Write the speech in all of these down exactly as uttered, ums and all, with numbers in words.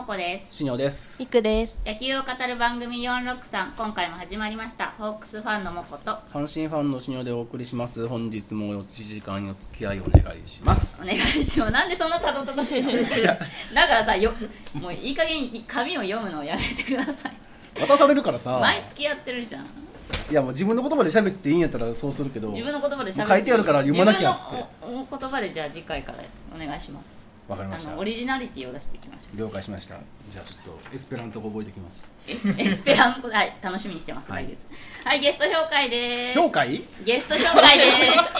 もこです。 しにょです。 みくです。 野球を語る番組よんろくさん、今回も始まりました。ホークスファンのもこと阪神ファンのしにょでお送りします。本日もいちじかんお付き合いお願いします。 お願いします。なんでそんなたどたどしいのだからさよ、もういい加減紙を読むのをやめてください。 渡されるからさ、 毎月やってるじゃん。 いやもう自分の言葉で喋っていいんやったらそうするけど、 自分の言葉で喋って書いてあるから読まなきゃって。 自分の言葉でじゃあ次回からお願いします。 わかりました。 あのオリジナリティを出していきましょう。 了解しました。じゃあちょっとエスペラント語覚えてきます。 エスペラント、はい、楽しみにしてます。来月。はい、ゲスト紹介です。 評会？ ゲスト紹介です。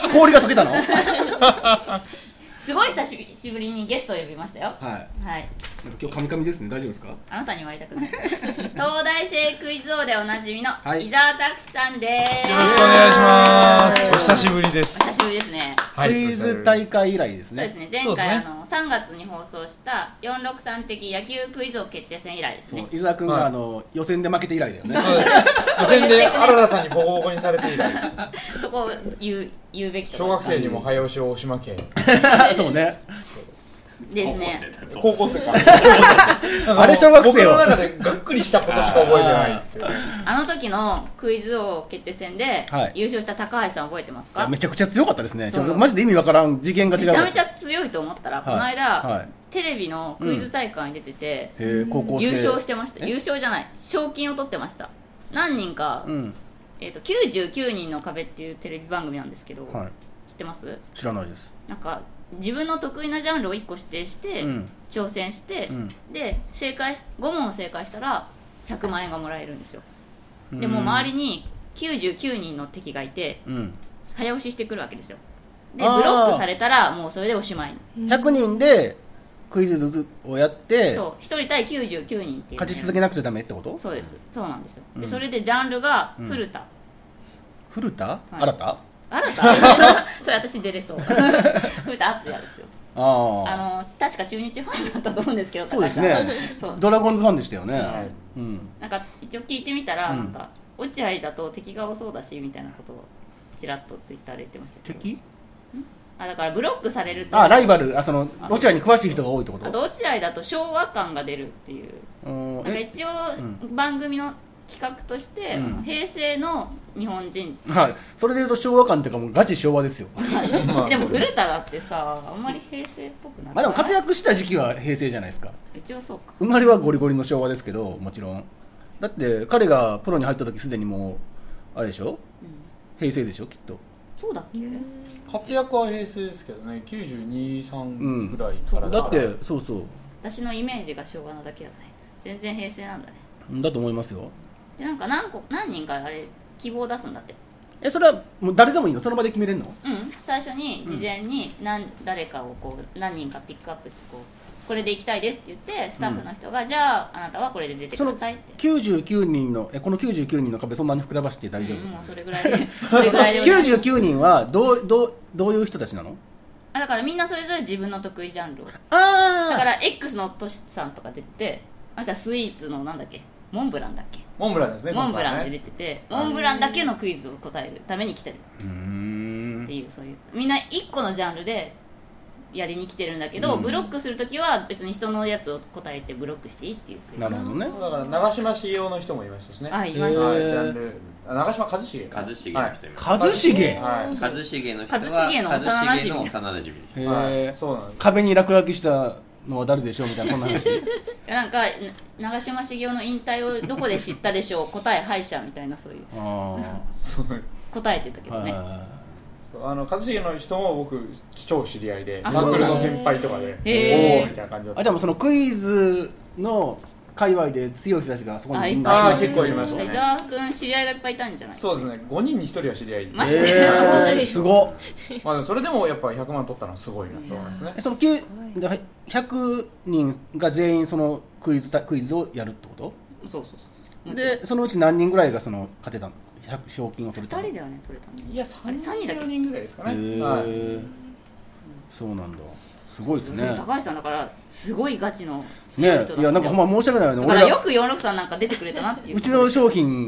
氷が溶けたの？ すごい久しぶりにゲストを呼びましたよ。 はい。 はい。 今日カミカミですね。大丈夫ですか？ あなたには会いたくない。東大生クイズ王でおなじみのはい伊沢拓司さんです。 よろしくお願いします。お久しぶりでおす。 久しぶりですね。 はい、 クイズ大会以来ですね。 そうですね。前そうですね回あのさんがつに放送したよんろくさん的野球クイズ王決定戦以来ですね。 そう伊沢君があの予選で負けて以来だよね。 そうです予選であららさんにボコボコにされて以来、 そこを言う言うべきと小学生にも早押しを押し負けそうね。 ですね。 高校生かあれ小学生は僕の中でがっくりしたことしか覚えてないっていう。 あの時のクイズ王決定戦ではい優勝した高橋さん覚えてますか？ いやめちゃくちゃ強かったですね。ちょそうマジで意味わからん次元が違う。 めちゃめちゃ強いと思ったら、 はいこの間、 はいテレビのクイズ大会に出てて、 へえ高校生優勝してました。 え優勝じゃない賞金を取ってました。何人か、 うんえー、ときゅうじゅうきゅうにんの壁っていうテレビ番組なんですけど、 はい知ってます？ 知らないです。 なんか自分の得意なジャンルをいっこ指定して、 うん挑戦して、 うんで正解しご問正解したらひゃくまんえんがもらえるんですよ。でもうん周りにきゅうじゅうきゅうにんの敵がいてうん早押ししてくるわけですよ。であーブロックされたらもうそれでおしまい。 ひゃくにんでクイズずつをやってそうひとり対きゅうじゅうきゅうにんっていう勝ち続けなくちゃダメってこと？ そうですそうなんですよ。 うんでそれでジャンルが古田、 古田？ い新田？ 新たそれ私出れそう古田敦也ですよ。 あああの確か中日ファンだったと思うんですけどそうですね高橋さんそうドラゴンズファンでしたよね。 はいうんなんか一応聞いてみたら、 うんなんか落合だと敵が多そうだしみたいなことをちらっとツイッターで言ってましたけど、 敵？ あだからブロックされるってあライバルあそのどちらに詳しい人が多いってこあとと？ 落合だと昭和感が出るっていううんなんかえ一応う番組の企画として、 うん平成の日本人はいそれで言うと昭和感っていうかもうガチ昭和ですよ。 まあでも古田だってさあんまり平成っぽくなくない？ まあでも活躍した時期は平成じゃないですか。 一応そうか。 生まれはゴリゴリの昭和ですけどもちろんだって彼がプロに入った時すでにもうあれでしょうん平成でしょきっと。 そうだっけ？ 活躍は平成ですけどね、きゅうじゅうに、さんぐらいからだってそうそう私のイメージが昭和なだけだね。全然平成なんだね。 だと思いますよ。 でなんか何個何人かあれ希望を出すんだって。 えそれはもう誰でもいいの？その場で決めれるの？ うん、最初に事前に何、誰かをこう何人かピックアップしてこうこれで行きたいですって言ってスタッフの人が、じゃああなたはこれで出てくださいってきゅうじゅうきゅうにんのえこのきゅうじゅうきゅうにんの壁そんなに膨らまして大丈夫？ うん、もうそれぐらいでそれぐらいでおきゅう願いしますじゅうきゅうにんはどうどうどういう人たちなの？ あだからみんなそれぞれ自分の得意ジャンルをああだから X のトシさんとか出ててあの人はスイーツのなんだっけモンブランだっけモンブランですね。 モンブランでね出ててモンブランだけのクイズを答えるために来てるうーんっていうそういうみんないっこのジャンルでやりに来てるんだけど、 うんブロックするときは別に人のやつを答えてブロックしていいっていうクイズなるほどね。 だから長嶋茂雄の人もいましたしね。 あいました、 はい、 へージャンルあ長嶋一茂かな。 一茂の人います、 一茂はい一茂の人は一茂の幼馴染一茂の幼馴染です。 へはい、 えはい、そうなんです。 壁に落書きしたのは誰でしょうみたいなそんな話。 いやなんかな長嶋茂雄の引退をどこで知ったでしょう答え敗者みたいなそういうあそう答えって言ったけどね、 あはいはいはいあの一茂の人も僕超知り合いであサークルの先輩とかでへーおおみたいな感じだった。 あじゃあもうそのクイズの界隈で強い人たちがそこにみんあなあ結構いましたね伊沢君知り合いがいっぱいいたんじゃない？ そうですね、ごにんにひとりは知り合いで、 マジでえー、すごっ。 まあ、でもそれでもやっぱひゃくまん取ったのはすごいなと思いますねえ。そのきゅうひゃくにんが全員そのクイズたクイズをやるってこそうそうそうとでそのうち何人ぐらいがその勝てたのひゃく賞金を取れたの？ ふたりだよね取れたのいやあれさんにんだっけよにんぐらいですかね。 へーはいそうなんだすごいですね。 そう高橋さんだからすごいガチの強い人だったねいやなんかほんま申し訳ないよね。 だから俺らよくよんろくさんなんか出てくれたなっていううちの商品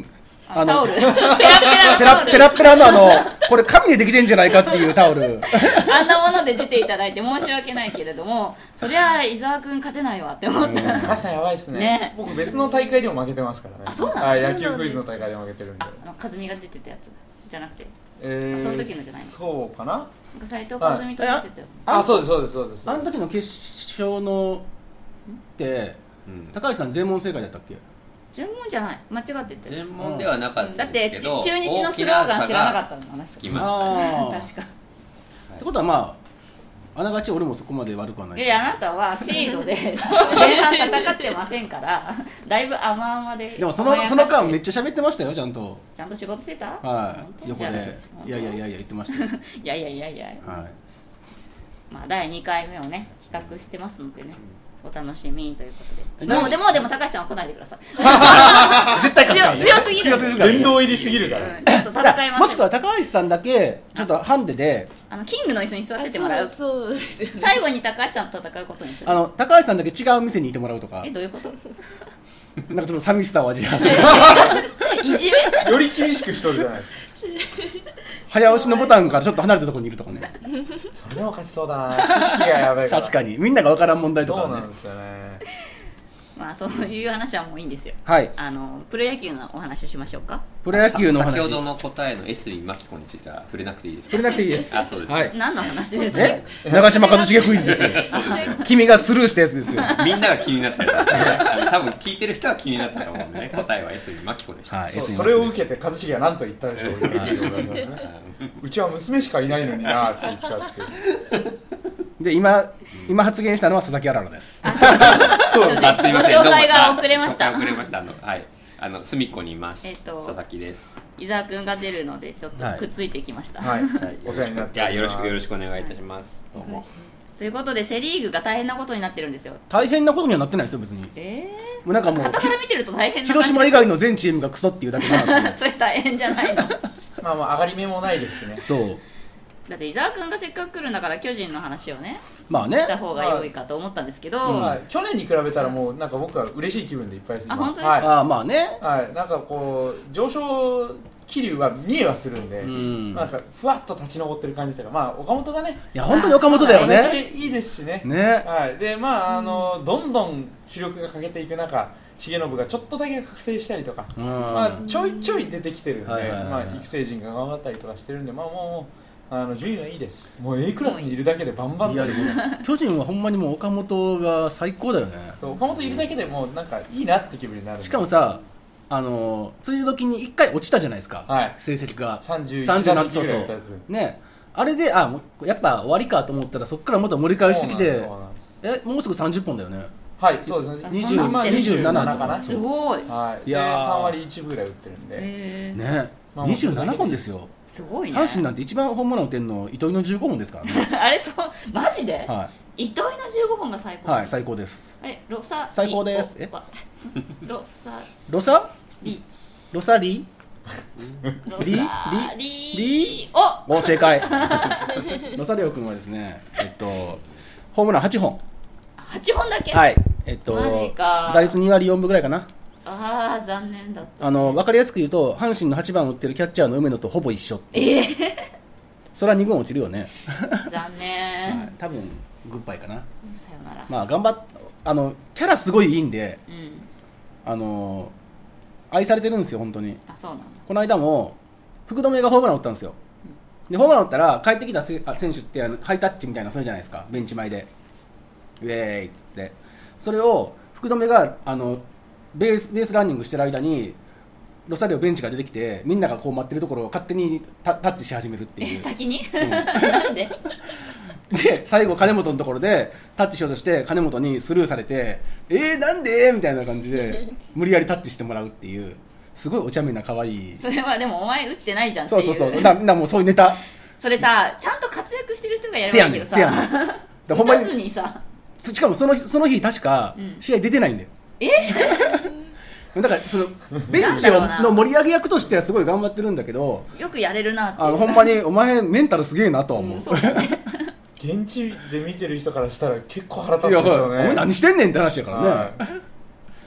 あのタオルペラペラペラペラペラのあのこれ紙でできてんじゃないかっていうタオルあんなもので出ていただいて申し訳ないけれども、そりゃ伊沢くん勝てないわって思ったら、 高橋さんやばいっすね。 ね僕別の大会でも負けてますからね。 あそうなんはい、 です野球クイズの大会でも負けてるんで。 ああの和美が出てたやつじゃなくて、 えー、 その時のじゃないのそうかな。 なんか斉藤和美と出てたよ、 あ、そうですそうですそうです。 あの時の決勝のってうん高橋さん全問正解だったっけ？ 全問じゃない、間違ってってる。 全問ではなかっただってんですけど、 中日のスローガン知らなかったのあの人つきましたね。 あー確かってことはまああながち俺もそこまで悪くはない。 いや、あなたはシードで前半戦ってませんからだいぶ甘々で。 でもそのその間めっちゃ喋ってましたよ、ちゃんと。 ちゃんと仕事してた？ はい、横でいやいやいやいや言ってましたよ。 いやいやいやいや、 はい。 まあだいにかいめをね企画してますのでね、お楽しみということで。 だいもうでもでも高橋さんは来ないでください。 絶対勝つからね。 強強すぎる強すぎるからね。 殿堂入りすぎるから。 うんちょっと戦いません。 もしくは高橋さんだけちょっとハンデで、 あのキングの椅子に座っててもらう。 そうそうですよね。 最後に高橋さんと戦うことにする。 あの高橋さんだけ違う店にいてもらうとか、 え、どういうこと？ なんかちょっと寂しさを味わわせる。 いじめ？ より厳しくしとるじゃないですか。 早押しのボタンからちょっと離れたところにいるとかね。 それでも勝ちそうだな。知識がやばいから。 確かにみんなが分からん問題とかねそうなん。ですよね。 まあそういう話はもういいんですよ。 はい。 あのプロ野球のお話をしましょうか。 プロ野球のお話。 先ほどの答えのエスリー・マキコについては触れなくていいですか？ 触れなくていいです。 あ、そうです、 はい。 何の話ですか？ え、長嶋一茂クイズですよ。君がスルーしたやつですよ。 みんなが気になったやつですね。あの多分聞いてる人は気になったと思うんでね、答えはエスリー・マキコでした。 はい。 そうエスエヌそれを受けて一茂は何と言ったでしょう。うちは娘しかいないのになって言ったって。 で今今発言したのは佐々木あららです。 あ、すいません。 ご紹介が遅れましたどうもあ紹介遅れました。あの、はい。あの、隅っこにいます。 えっと佐々木です。 伊沢くんが出るのでちょっとくっついてきました。 はい。 はいお世話になっていや、よろしくよろししくお願いいたします。どうも。 ということでセリーグが大変なことになってるんですよ。 大変なことにはなってないですよ別に。 えもうなんかもうー、傍から見てると大変な広島以外の全チームがクソっていうだけの話で。 それ大変じゃないの？ まあまあ上がり目もないですしね。 そう。 だって伊沢くんがせっかく来るんだから巨人の話をねまあね。 した方が良いかと思ったんですけど、 まあ去年に比べたらもうなんか僕は嬉しい気分でいっぱいです。 あ本当ですかはい。 ああまあね。 はい、なんかこう上昇気流は見えはするんで、 うんなんかふわっと立ち上ってる感じというか、まあ岡本がね、 いや本当に岡本だよめっちゃね。 いいですしね。 ね。 はい、でまああのどんどん主力が欠けていく中、重信がちょっとだけ覚醒したりとか、 うんまあちょいちょい出てきてるんで、 はいはいはいまあ育成陣が頑張ったりとかしてるんで、まあもう。あの順位はいいです。もう A クラスにいるだけでバンバンいやでも巨人はほんまにもう岡本が最高だよね。 岡本いるだけでもうなんかいいなって気分になるんで。 しかもさ、あの梅雨時にいっかい落ちたじゃないですか、 はい成績がさんじゅういちさんじゅう打席ぐらいそうそう打ったやつ。 ね、あれであもうやっぱ終わりかと思ったらそこからまた盛り返してきて、 そうなんですえもうすぐさんじゅっぽんだよね。 はい、そうですね。 にじゅう今にじゅうななかな。 すごい。 はい。 いやーでさん割いちぶぐらい打ってるんで。 えーね、 まあにじゅうななほんですよ。 すごいね。 阪神なんて一番ホームラン打ってんの糸井のじゅうごほんですからね。 あれそうマジで？ は糸井のじゅうごほんが最高。 い、はい、最高です。 あれロサ最高ですリオパロサロサリロサリロサリリリおお正解。ロサリオ君はですね、えっとホームランはっぽん。 はっぽんだけ。 はい、えっとマジか打率に割よんぶぐらいかな。 ああ残念だった。 あの分かりやすく言うと阪神のはちばん打ってるキャッチャーの梅野とほぼ一緒。 ええそれはにぐん落ちるよね。 残はい念。 多分グッバイかな。 さよなら。 まあ頑張っあのキャラすごいいいんで、 うん。 あの愛されてるんですよ本当に。 あそうなんだ。 この間も福留がホームラン打ったんですよ。でホームラン打ったら帰ってきたせあ選手ってあのハイタッチみたいなのするじゃないですか、ベンチ前でウェーイっつって、それを福留があのベースベースランニングしてる間にロサリオベンチが出てきてみんながこう待ってるところを勝手にタタッチし始めるってえいう。 先に？ うんなんで？ で最後金本のところでタッチしようとして金本にスルーされてえーなんでみたいな感じで無理やりタッチしてもらうっていうすごいお茶目な可愛い。 それはでもお前打ってないじゃんってそいうう。 そうそうだだもうそういうネタそれさちゃんと活躍してる人がやせやればいいけどさ。 ねんせやねんだほんま打たずににさ。 しかもそのその日確かうん試合出てないんだよ、 え？ だからそのベンチをなんだろうなの盛り上げ役としてはすごい頑張ってるんだけどよくやれるなっていう。 あのほんまにお前メンタルすげえなとは思う、 うんそうだね。 現地で見てる人からしたら結構腹立ついやでしょうね。 お前何してんねんって話やからね、 は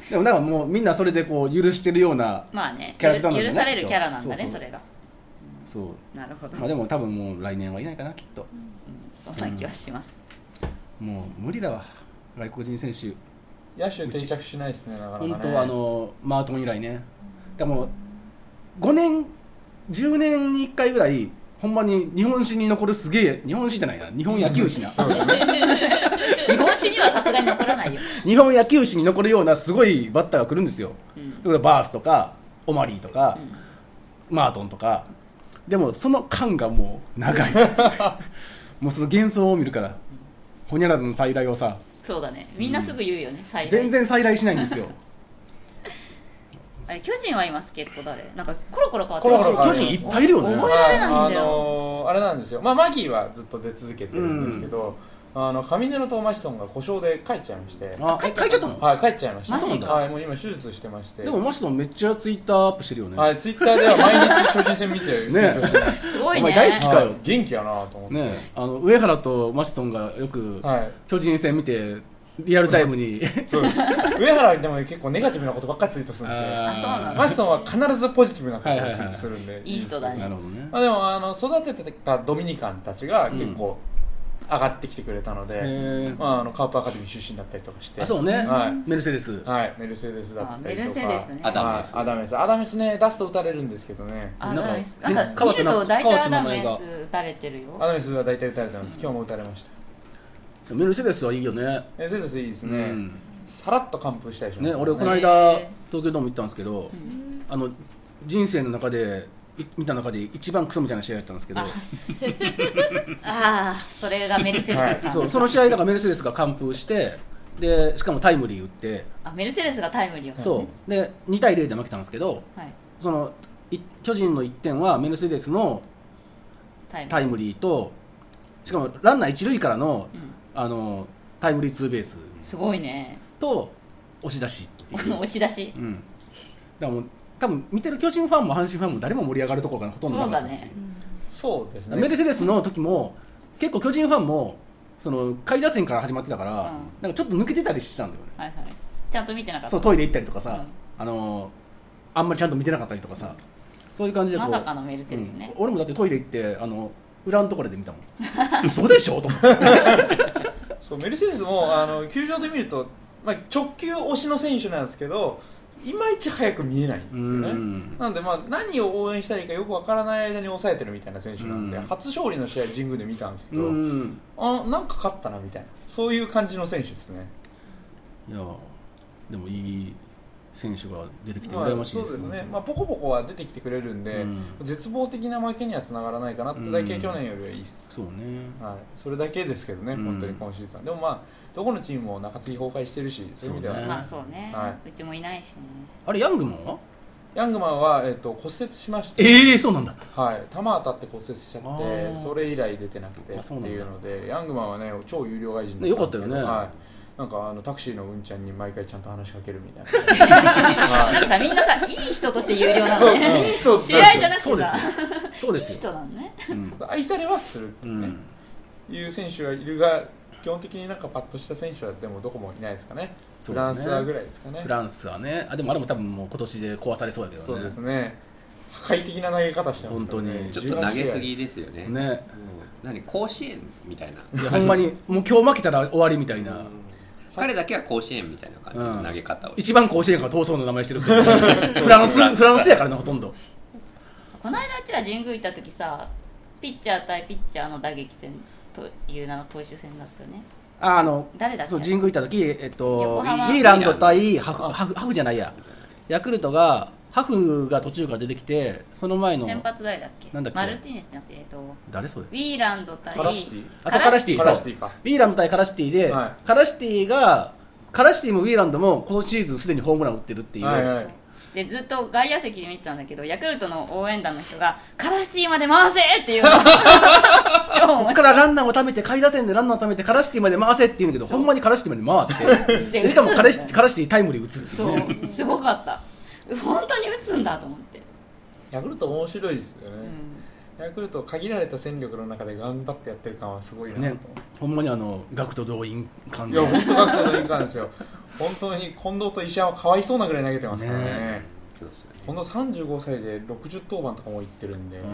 でもなんかもうみんなそれでこう許してるようなまあねキャラクターなんだね許されるキャラなんだねそうそうそれがそうなるほど、 まあでも多分もう来年はいないかなきっと、 そんな気はします、 もう無理だわ外国人選手野手定着しないですねなかなかね。 本当あのマートン以来ねでもごねんじゅうねんにいっかいぐらいほんまに日本史に残るすげえ日本史じゃないな日本野球史な日本史にはさすがに残らないよ日本野球史に残るようなすごいバッターが来るんですよ、 うん、 バースとかオマリーとか、 うん、 マートンとかでもその間がもう長いもうその幻想を見るからホニャララの再来をさそうだねみんなすぐ言うよね、うん、再来全然再来しないんですよあれ巨人は今助っ人誰なんかコロコロ変わってコロコロ巨人いっぱいいるよね覚えられないんだよ、 あのー、あれなんですよ、まあ、マギーはずっと出続けてるんですけど、うん、あの上根のトーマシソンが故障で帰っちゃいましてあ帰っちゃったのはい帰っちゃいましたマジかはい、もう今手術してましてでもマシソンめっちゃツイッターアップしてるよねはいツイッターでは毎日巨人戦見てツイートしてますすごいねお前大好きかよ、 はい、元気やなと思って、 ね、あの上原とマシソンがよくはい巨人戦見てリアルタイムにそうです上原でも結構ネガティブなことばっかりツイートするんですよあそうなんだマシソンは必ずポジティブなことをツイートするんで、 はいはいはい、いい人だねなるほどね、 まあ、でもあの育ててたドミニカンたちが結構上がってきてくれたので、 うんまあ、あのカープアカデミー出身だったりとかしてあそうね、 はいメルセデス、 はい、メルセデスだったりとかメルセデスねアダメスアダメスアダメスね出すと打たれるんですけどねアなんかダメス変なんか見ると大体アダメス打たれてるよアダメスは大体打たれたんです、今日も打たれましたメルセデスはいいよねメルセデスいいですね、 うん、 さらっと完封したでしょね俺このへ間ー東京ドーム行ったんですけど、 うん、 あの人生の中で見た中で一番クソみたいな試合だったんですけどああそれがメルセデスさんですか、 そうその試合だからメルセデスが完封してでしかもタイムリー打ってあメルセデスがタイムリーをそうでにたいゼロで負けたんですけど、 はい、 そのい巨人のいってんはメルセデスのタイムリータイムリーとしかもランナー一塁からの、 うん、 あのタイムリーツーベースすごいねと押し出しっていう押し出し、 うん、だからもう多分見てる巨人ファンも阪神ファンも誰も盛り上がるところがほとんどなかったっていう。 そうですねメルセデスの時も結構巨人ファンもその下位打線から始まってたから、 うん、 なんかちょっと抜けてたりしたんだよね、 はいはい、ちゃんと見てなかったそうトイレ行ったりとかさ、 うん、 あのあんまりちゃんと見てなかったりとかさ、うん、そういう感じでこうまさかのメルセデスね、 うん、俺もだってトイレ行ってあの裏のところで見たもん嘘でしょと思ってそうメルセデスもあの球場で見ると、まあ、直球推しの選手なんですけどいまいち早く見えないんですよね、なので、まあ、何を応援したらいいかよくわからない間に抑えてるみたいな選手なんで、 うん、 初勝利の試合神宮で見たんですけど、 うん、 あなんか勝ったなみたいなそういう感じの選手ですね。 いやでもいい選手が出てきて羨ましいです、 まあ、そうですね、まあ、ポコポコは出てきてくれるんで、うん、絶望的な負けにはつながらないかなってだけ去年よりはいいです、 うん、そうね、 はい、それだけですけどね、うん、本当に今シーズンでもまあどこのチームも中継ぎ崩壊してるしそういう意味では、 ね、 まあそうね、はい、うちもいないしね。 あれヤングマンはヤングマンは、えー、と骨折しましてええー、そうなんだ、 はい、球当たって骨折しちゃってそれ以来出てなくてっていうのでヤングマンはね超有料外人でよかったよね、 はい、なんかあのタクシーのうんちゃんに毎回ちゃんと話しかけるみたいな、 はい、さみんなさいい人として有料なのね。いい人試合じゃなくてさ、 そうですよそうですよいい人なのね、 うん、愛されはするっていう、ねうん、いう選手がいるが基本的になんかパッとした選手はでもどこもいないですかね。ねフランスはぐらいですかね。 フランスはねあでもあれも多分もう今年で壊されそうだけどね。 そうですね破壊的な投げ方してますからね。 本当にちょっと投げすぎですよね。 ね、うん、 何甲子園みたいな。 いやほんまにもう今日負けたら終わりみたいな、うん、 彼だけは甲子園みたいな感じの投げ方を、うん、 一番甲子園から闘争の名前してるフランスフランスやからねほとんど。 この間うちら神宮行った時さピッチャー対ピッチャーの打撃戦という名の投手戦だったよね。 ああの誰だっけ。 そう神宮行った時、えっと、ウィーランド対ハフ、ハフ、ハフじゃないやヤクルトがハフが途中から出てきてその前の先発誰だっけ。 なんだっけマルティネスじゃなくて、えっと、 誰それ。 ウィーランド対カラシティあそうカラシティカラシティかウィーランド対カラシティで、はい、カラシティがカラシティもウィーランドも今シーズンすでにホームラン打ってるっていう、 はいはい、 でずっと外野席で見てたんだけどヤクルトの応援団の人がカラシティまで回せっていうのここからランナーを貯めて下位打線でランナーを貯めてカラシティまで回せって言うんだけどほんまにカラシティまで回ってでしかもカラシティ、カラシティタイムリー打つっていう、 ね、そうすごかった本当に打つんだと思って。 ヤクルト面白いですよね、 ヤクルト限られた戦力の中で頑張ってやってる感はすごいなと、ね、 ほんまにあの学徒動員感いや本当学徒動員感ですよ本当に近藤と石山かわいそうなぐらい投げてますからね、ね近藤さんじゅうごさいでろくじゅう登板とかもいってるんで、うん、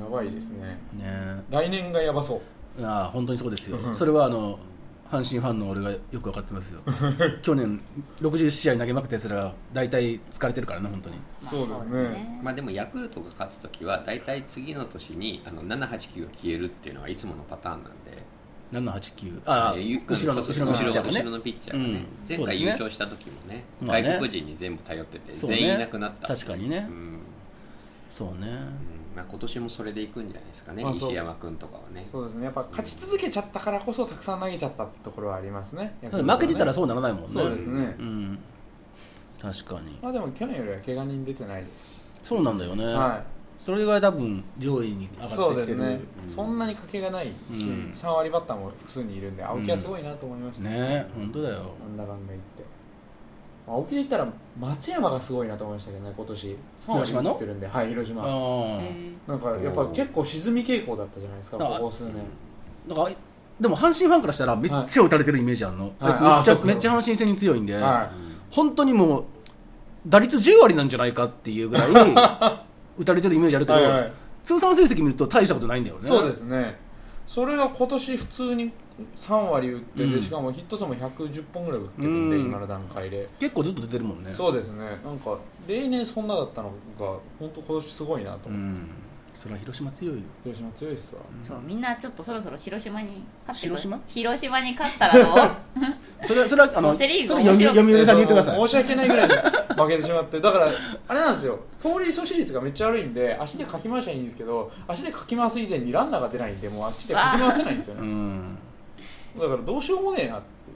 やばいですね。ね来年がやばそう。 ああ本当にそうですよそれはあの阪神ファンの俺がよく分かってますよ去年ろくじゅうしあい投げまくったやつら大体疲れてるからね本当に。 そうですね。 まあでもヤクルトが勝つときは大体次の年にあのななはちきゅうが消えるっていうのがいつものパターンなんでななはちきゅうああ後ろの後ろのピッチャーがね後ろのピッチャーがね、うん、前回優勝した時もね、まあ、ね外国人に全部頼ってて、ね、全員いなくなった、 ね、確かにね、 うん、 そうね、 うんまあ、今年もそれでいくんじゃないですかね、まあ、石山君とかはね。 そうですねやっぱ勝ち続けちゃったからこそたくさん投げちゃったってところはありますね。 ね負けてたらそうならないもんね。 そうですね、 うん、確かに。 まあでも去年よりは怪我人出てないですし。 そうなんだよね、 はいそれが多分上位に上がってきてる。 そうですね、うん、そんなに賭けがないし、うん、さんわりバッターも複数にいるんで青木はすごいなと思いました、 うん、ね本当だよ。 なんだかんだ言って、まあ、青木で言ったら松山がすごいなと思いましたけどね今年さんわり打ってるんで。はい広島なんかやっぱ結構沈み傾向だったじゃないですかここ数年。 なんかでも阪神ファンからしたらめっちゃ打たれてるイメージあるの、はい、めっちゃめっちゃ阪神戦に強いんで、はい、本当にもう打率じゅうわりなんじゃないかっていうぐらい打たれてるイメージあるけど、はいはい、通算成績見ると大したことないんだよね。 そうですね。それが今年普通にさんわり打ってて、うん、しかもヒット数もひゃくじゅっぽんぐらい打ってるんで、うん、今の段階で結構ずっと出てるもんね。 そうですね。なんか例年そんなだったのが本当今年すごいなと思って、うんそれは広島強いよ。 広島強いっすわ、 うん、そうみんなちょっとそろそろ広島に勝って広島広島に勝ったらどうそれはそれはあのセリーグそれ読売さんに言ってください。 申し訳ないぐらいに負けてしまってだからあれなんですよ盗塁阻止率がめっちゃ悪いんで足でかき回しゃいいんですけど足でかき回す以前にランナーが出ないんでもうあっちでかき回せないんですよねうんだからどうしようもねえなっていう、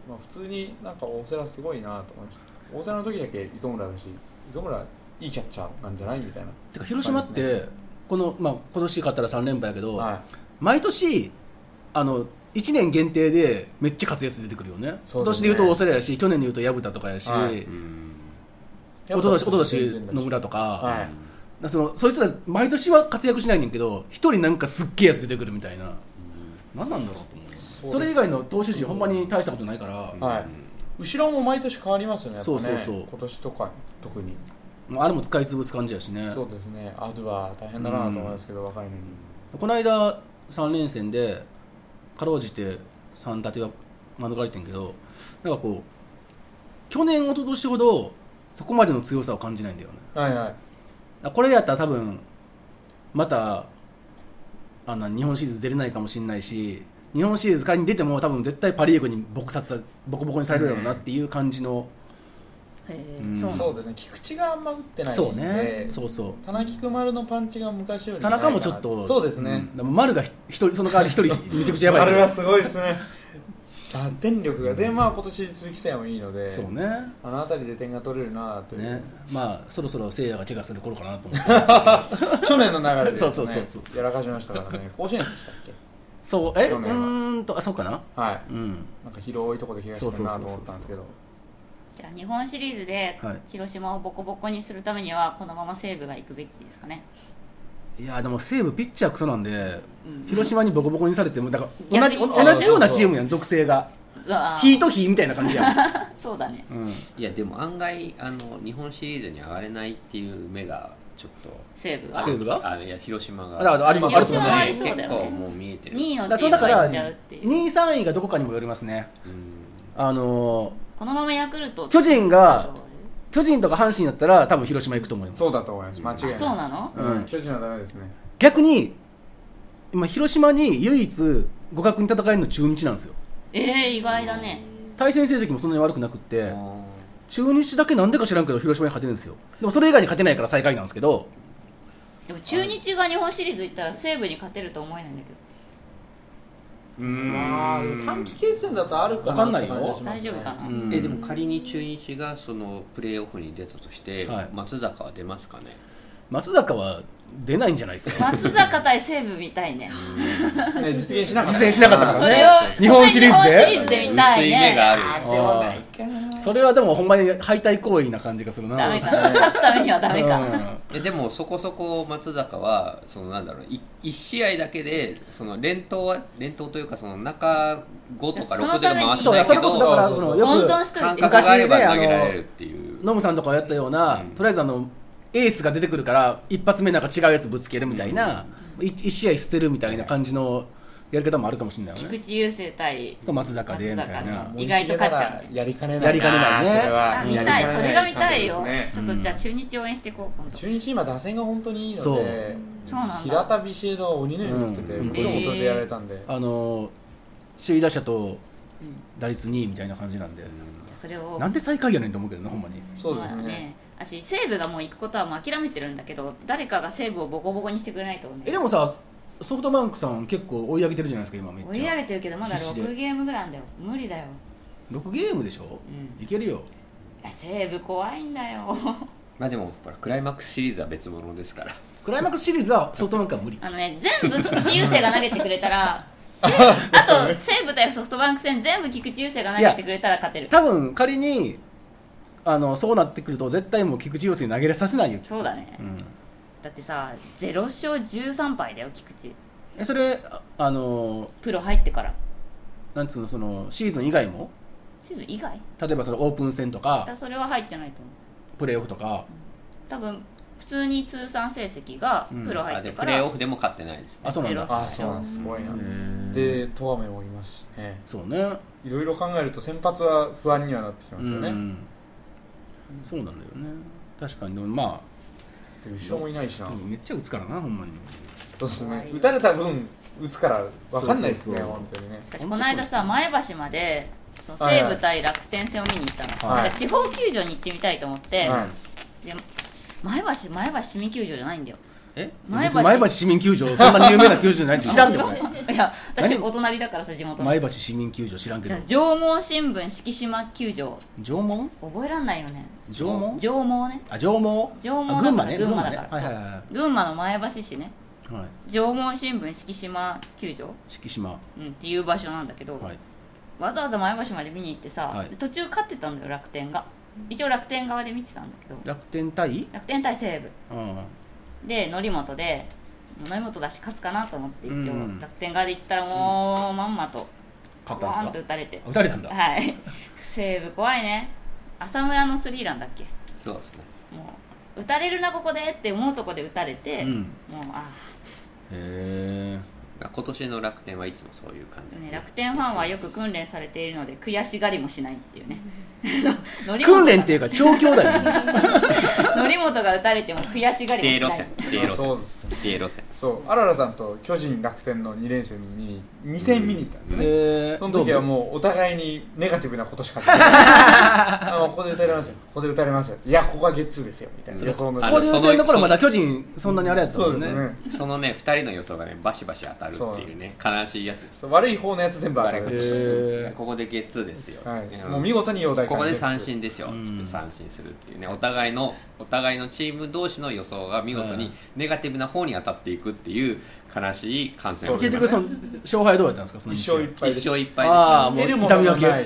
まあ、普通になんか大瀬良すごいなと思いました。大瀬良の時だけ磯村だし磯村いいキャッチャーなんじゃないみたいな。 てか広島ってこの、まあ、今年勝ったらさんれんぱいやけど、 はい、 毎年あのいちねん限定でめっちゃ活躍出てくるよ ね, ね今年でいうと大瀬良やし去年でいうと薮田とかやし、はい、おととしおととし野村とか、はい、そのそいつら毎年は活躍しないねんけど一人なんかすっげえやつ出てくるみたいな、うん、何なんだろうと思う。 そ, それ以外の投手陣ほんまに大したことないから、 はい、後ろも毎年変わりますよねやっぱね。 そうそうそう今年とか特にあれも使い潰す感じやしね。 そうですね。アドは大変だなと思いますけど、うん、若いのに。 この間さんれんせんでかろうじてさん立てが免れてんけどなんかこう去年一昨年ほどそこまでの強さを感じないんだよね。 はいはい。 これやったら多分またあの日本シリーズ出れないかもしれないし日本シリーズ仮に出ても多分絶対パリーグにボコ殺ボコボコにされるやろうなっていう感じの、 へうん、 そうそうですね。菊池があんま打ってないんで。 そうね。そうそう。 田中菊丸のパンチが昔より田中もちょっとそうですね。 うん、丸が一人その代わり一人めちゃくちゃやばい。 丸はすごいですね。打点力がでまあ今年鈴木誠也もいいので。 そうね。 あの辺りで点が取れるなという。ね。 まあそろそろ誠也が怪我する頃かなと思って。 去年の流れで、ね、 そうそうそうそうやらかしましたからね。甲子園でしたっけ？ そうえうーんとあそうかな。 はい。 うん。 なんか広いところで怪我したなと思ったんですけど。 じゃあ日本シリーズで広島をボコボコにするためにはこのまま西武が行くべきですかね。 いやでも西武ピッチャークソなんで、うん、広島にボコボコにされてもだから同じ同じようなチームやん属性がヒートヒーみたいな感じやんそうだね、 うん、 いやでも案外あの日本シリーズに上がれないっていう目がちょっと西武が西武があいや広島がああります広島はありそうだよね。 結構もう見えてるにいのチームがいっちゃうっていうにいさんいがどこかにもよりますね。うんあのーこのままヤクルト巨人が巨人とか阪神だったら多分広島行くと思います。 そうだと思います。間違いない。 そうなの、 うん、巨人はダメですね。 逆に今広島に唯一互角に戦えるの中日なんですよ。 えー、意外だね。 対戦成績もそんなに悪くなくって中日だけなんでか知らんけど広島に勝てるんですよ。でもそれ以外に勝てないから最下位なんですけどでも中日が日本シリーズ行ったら西武に勝てると思えないんだけどうーんまあ短期決戦だとあるかな。 分かんないよ。 大丈夫かな。 えでも仮に中日がそのプレーオフに出たとして、はい、松坂は出ますかね。 松坂は出ないんじゃないですか。 松坂対西武見たいね。 ね実現しなかった。 実現しなかったからね。 それを日本シリーズで。 日本シリーズで見たいね。 薄い目がある。 でもないかな。 それはでもほんまに敗退行為な感じがするな。 ダメかな、勝つためにはダメかな、 うんえでもそこそこ松坂はそのなんだろういいち試合だけでその連投は連投というかその中ごとかろくでも回してないけそうそれこそだどからそのよ温く存しといて感覚があれば投げられるっていうノムさんとかやったような、 うんとりあえずあのエースが出てくるから一発目なんか違うやつぶつけるみたいな、うん、一試合捨てるみたいな感じのやり方もあるかもしれないよね。 菊池雄星対松坂でみたいな意外と勝っちゃう。 やりかねないやりかねないね。 それは見たい、それが見たいよ、 ね、 ちょっとじゃあ中日応援していこう今度。 中日今打線が本当にいいので、 そうそうなんだ。 平田ビシエドは鬼のように打ってて、 うん今日もそれでやられたんで、 あの首位打者と打率にいみたいな感じなんで、 それをなんで最下位やねんと思うけどね、ほんまに。 そうですね。 まあね、私西武がもう行くことはもう諦めてるんだけど、誰かが西武をボコボコにしてくれないとね。 えでもさ、ソフトバンクさん結構追い上げてるじゃないですか今めっちゃ。 追い上げてるけどまだろくゲームぐらいなんだよ。無理だよ。 ろくゲームでしょ、うん、いけるよ。 いや西武怖いんだよ。 まあでもほらクライマックスシリーズは別物ですから。 クライマックスシリーズはソフトバンクは無理。 あのね、全部菊池雄星が投げてくれたらあと西武対ソフトバンク戦全部菊池雄星が投げてくれたら勝てる。 多分仮にあのそうなってくると絶対もう菊池雄星投げさせないよ。 そうだね、 うん、 だってさゼロ勝じゅうさんぱいだよ菊池。 えそれあのプロ入ってからなんつうの、そのシーズン以外もシーズン以外例えばそのオープン戦とかそれは入ってないと思う。 プレーオフとか、 うん、多分普通に通算成績がプロ入ってから、 うん、プレーオフでも勝ってないですね。 あ、そうなんだ。 あ、そうなんすごいな。でトワメもいますしね。 そうね、 いろいろ考えると先発は不安にはなってきますよね。うん、 そうなんだよね。確かに。でもまあ後ろもいないしな。 めっちゃ打つからな、ほんまに。 そうですね。打たれた分打つから分かんないですね、本当にね。 しかしこの間さ、前橋までその西武対楽天戦を見に行ったの、はい、なんか地方球場に行ってみたいと思って、はい、で前橋前橋市民球場じゃないんだよ。 え前橋前橋市民球場そんなに有名な球場じゃないって知らんで俺。 いや私お隣だからさ、地元の前橋市民球場知らんけど。 縄文新聞敷島球場。 縄文覚えらんないよね。 縄文縄文ね。 あ、縄文縄文群馬ね。 群馬だから、 はいはいはい、 群馬の前橋市ね、 はい、 縄文新聞敷島球場敷島、 うん、っていう場所なんだけど、はい、わざわざ前橋まで見に行ってさ、はい、途中勝ってたんだよ楽天が。一応楽天側で見てたんだけど。 楽天対楽天対西武、 うん、 で則本で則本だし勝つかなと思って一応、うん、楽天側で行ったらもう、うん、まんまとコーンと打たれて。 打たれたんだ。 はい西武怖いね。浅村のスリーランだっけ。 そうですね。 もう打たれるなここでって思うとこで打たれて、うん、もうあへえ。 今年の楽天はいつもそういう感じ、 ね、楽天ファンはよく訓練されているので悔しがりもしないっていうね訓練っていうか調教だよね則本が打たれても悔しがりもしない。 規定路線規定路線。 そう荒良さんと巨人楽天のに連戦にに戦見に行ったんですね、うん、その時はもうお互いにネガティブなことしか言ってないあのここで打たれますよここで打たれますよいやここはゲッツーですよみたいな予想の交流戦の頃まだ巨人そんなにあれやったもんね。 そうですね。 そのねふたりの予想がねバシバシ当たるっていうね悲しいやつです。 悪い方のやつ全部当たる。 ここでゲッツーですよ、 はい、もう見事に陽大ここで三振ですよつって三振するっていうね、お互いのお互いのチーム同士の予想が見事にネガティブな方に当たっていくっていう悲しい観戦を、 結局その勝敗どうやったんですか。その一勝一敗です。 一勝一敗です。 ああもう痛み分け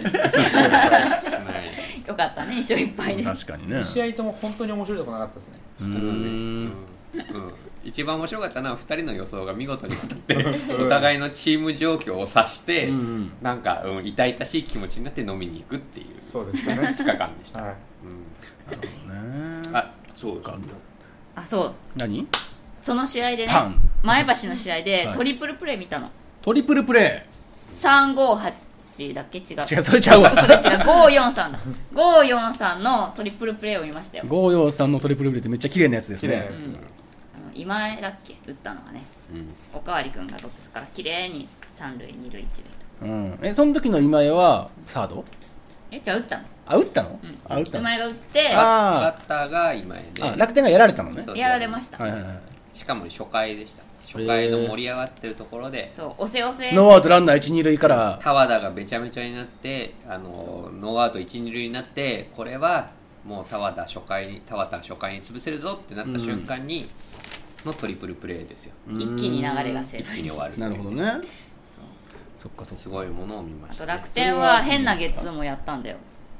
よかったね一勝一敗で。 確かにね。 に試合とも本当に面白いとこなかったですね。 うーん、うん一番面白かったのはふたりの予想が見事に当たってお互いのチーム状況を察して、うんうん、なんか、うん、痛々しい気持ちになって飲みに行くっていうそうですねふつかかんでした、 はいうん、なるほどね。あ、そうか。 あ、そう何その試合でね前橋の試合でトリプルプレー見たの、はい、 トリプルプレーさんごはちだっけ。違う違うそれちゃうわそれ違うごーよんさんだごーよんさんのトリプルプレーを見ましたよ。 ごーよんさんのトリプルプレーってめっちゃ綺麗なやつですね。 今江だっけ打ったのがね、うん、おかわり君がロッテスから綺麗に三塁二塁一塁と、 うん、えその時の今江はサードえじゃあ打ったのあ打ったの、 うん、 あ打ったの今江が打ってバッターが今江で楽天がやられたのね。 やられました、 はいはいはい、 しかも初回でした。初回の盛り上がってるところでそう押せ押せノーアウトランナーいち、に塁から田和田がべちゃべちゃになってあのノーアウトいち、に塁になってこれはもう田和田初回に田和田初回に潰せるぞってなった瞬間に、うん、のトリプルプレーですよ。 一気に流れがセーフ一気に終わる。 なるほどね。 そうそっかそっか。 すごいものを見ました、 ね、あと楽天は変なゲッツーもやったんだよ。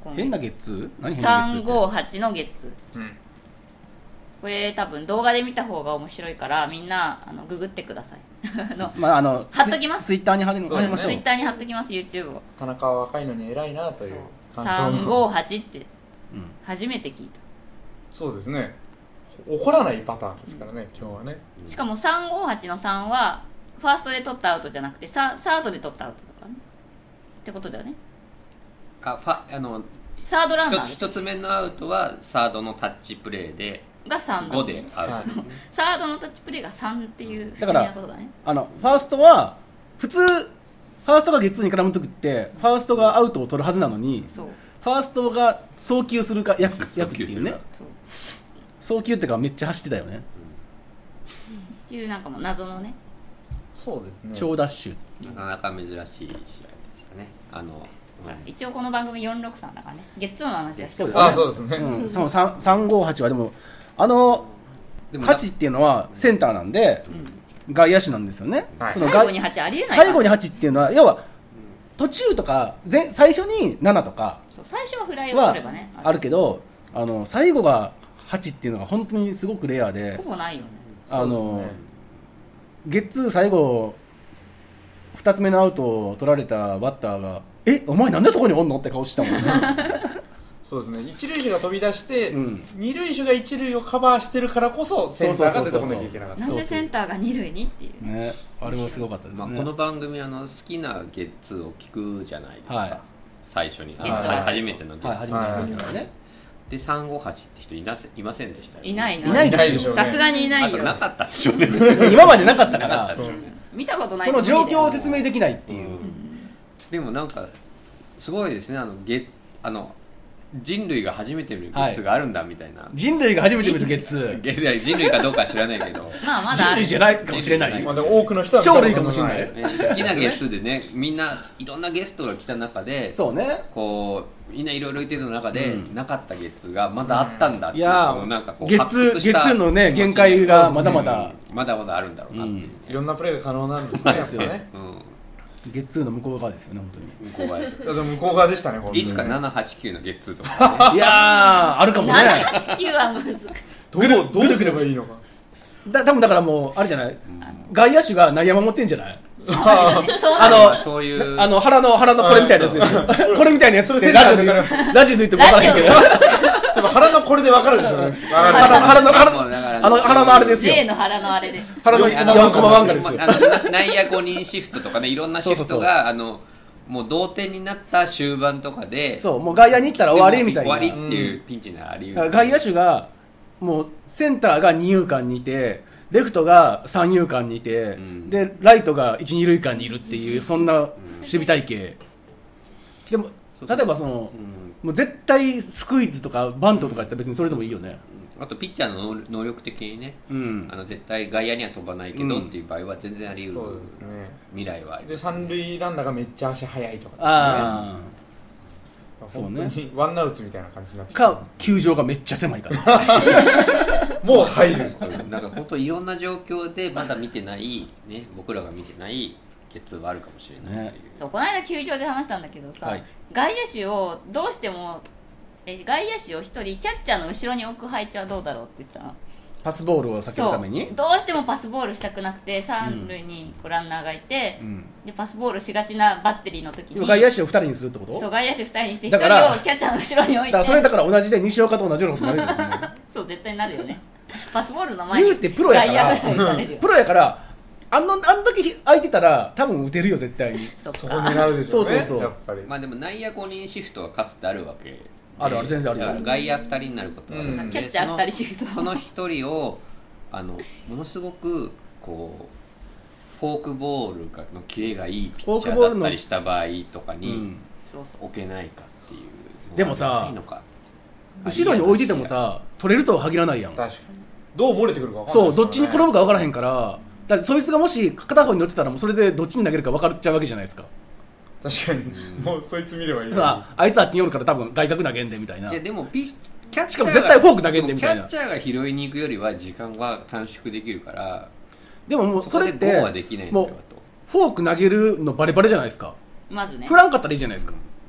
変なゲッツー何変なゲッツーさんごはちのゲッツー、 うん、 これ多分動画で見た方が面白いからみんなあのググってくださいあの、 まあ、あの貼っときますツイッターに貼りましょう。 ツイッターに貼っときます YouTube を田中は若いのに偉いなという感さん想ごはちってうん初めて聞いた。 そうですね、怒らないパターンですからね、今日はね。 しかもさんごはちのさんはファーストで取ったアウトじゃなくてササードで取ったアウトとかねってことだよね。 あファあのサードランナー一つ一つ目のアウトはサードのタッチプレーでがさんだごでアウトですね。 サードのタッチプレーがさんっていう不思議だからなことだね。 あのファーストは普通ファーストがゲッツーに絡む時ってファーストがアウトを取るはずなのにそうファーストが送球するか役役っていうねそう送球ってかめっちゃ走ってたよね、 っていうなんかもう謎のね。 そうですね、 超ダッシュ。 なかなか珍しい試合でしたね。あの、うん一応この番組よんろくさんだからねゲッツーの話はしてるそうですねあそうですね、 うん、そのさんごはちはでもあのでもはちっていうのはセンターなんで外野手なんですよね、 はいその最後にはちありえないから最後にはちっていうのは要は途中とか前最初にななとかそう最初はフライを取はればねあるけどあの最後がはちっていうのが本当にすごくレアでほぼないよね。 あの、 そうですねゲッツー最後ふたつめのアウトを取られたバッターがえお前なんでそこにおんのって顔してたもんねそうですね、一塁手が飛び出して、 うん二塁手が一塁をカバーしてるからこそセンターが出てこなきゃいけなかった。 なんでセンターが二塁にっていうねあれはすごかったですね、 まあ、この番組あの好きなゲッツーを聞くじゃないですか、 はい最初に、 ゲストは初めてのゲはいスト、 初めてのゲストからねでさんごはちって人いなせいませんでしたよね。 いないいないですよでしょうねさすがにいないあとよなかったでしょうね今までなかったからそう見たことないその状況を説明明できないっていう、 でもなんかすごいですね、あのゲあの人類が初めて見るゲッツーがあるんだみたいな、 人類が初めて見るゲッツーゲッ人類かどうかは知らないけどまあまだある人類じゃないかもしれない人類じまあ、でも多くの人は鳥類かもしれないね好きなゲッツーでねみんないろんなゲストが来た中でそうねこうみんないろいろ言ってた中で、 うんなかったゲッツーがまだあったんだっていう、 いやこのなんかこうゲッツーゲッツーのね限界がまだまだ、 うんまだまだあるんだろうなっていうね、 いろんなプレーが可能なんですね。 ですよやっぱね。 うんゲッツーの向こう側ですよね本当に向こう側ですいやでも向こう側でしたね、本当にいつかななはちきゅうのゲッツーとか、ね、 いやーあるかもね地球は難しいどうどうすればいいのか。 だ多分だからもうあれじゃない外野手が内野守ってんじゃないそうあのまあそういうあの腹の腹のこれみたいなやつですよこれみたいなやつってそれラジオでセンターだラジオで言っても分からへんけどでも腹のこれで分かるでしょうね。 腹の腹の腹もうだからのあの腹のあれですよ例の腹のあれで腹のあのよんコマ漫画ですよまああの内野ごにんシフトとかねいろんなシフトがそうそうそうあのもう同点になった終盤とかでそうもう外野に行ったら終わりみたいな終わりっていうピンチならあり得る、 だから外野手がもうセンターが二遊間にいてレフトが三遊間にいて、 んでライトが一二塁間にいるっていうそんな守備体系でも例えばそのうんもう絶対スクイズとかバントとかやったら別にそれでもいいよねあとピッチャーの能力的にねうんあの絶対外野には飛ばないけどうんっていう場合は全然あり得る、 そうですね。 未来はありで三塁ランナーがめっちゃ足速いとか、ね。 あそう本ね当にワンアウトみたいな感じになってあか球場がめっちゃ狭いからもう入る。 なんか本当いろんな状況でまだ見てないね僕らが見てないゲッツーはあるかもしれないっていう、 そうこの間球場で話したんだけどさ、 はい外野手をどうしてもえ外野手を一人キャッチャーの後ろに置く配置はどうだろうって言ってたの。 パスボールを避けるためにそうどうしてもパスボールしたくなくて三塁にこうランナーがいて、 うんでパスボールしがちなバッテリーの時に今外野手をふたりにするってことそう外野手ふたりにして一だから人をキャッチャーの後ろに置いてだからそれだから同じで西岡と同じようなことになるよねそう絶対なるよねパスボールの前に言うてプロやから外野フライ打たれるよプロやからあのあん時空いてたら多分打てるよ絶対にそっそこか狙うでしょうね。 そうそうそうやっぱり。 まあでも内野ごにんシフトはかつてあるわけであるある全然あるよだから外野ふたりになることはあるうんんで、 キャッチャーそのふたりシフトそのひとりをあのものすごくこうフォークボールがのキレがいいピッチャーだったりした場合とかにうんそうそう置けないかっていうでもさいいのか後ろに置いててもさ取れるとは限らないやん確かに。どう漏れてくるか分かんないそうどっちに転ぶか分からへんからだってそいつがもし片方に乗ってたらもうそれでどっちに投げるか分かっちゃうわけじゃないですか確かに。もうそいつ見ればいい。 さああいつあっちにおるから多分外角投げんでみたいないやでもピッキャッチしかもャーが絶対フォーク投げんでみたいなでもキャッチャーが拾いに行くよりは時間は短縮できるからでももうそれっそこでゴーはてできないのではもうフォーク投げるのバレバレじゃないですかまずね振らんかったらいいじゃないですか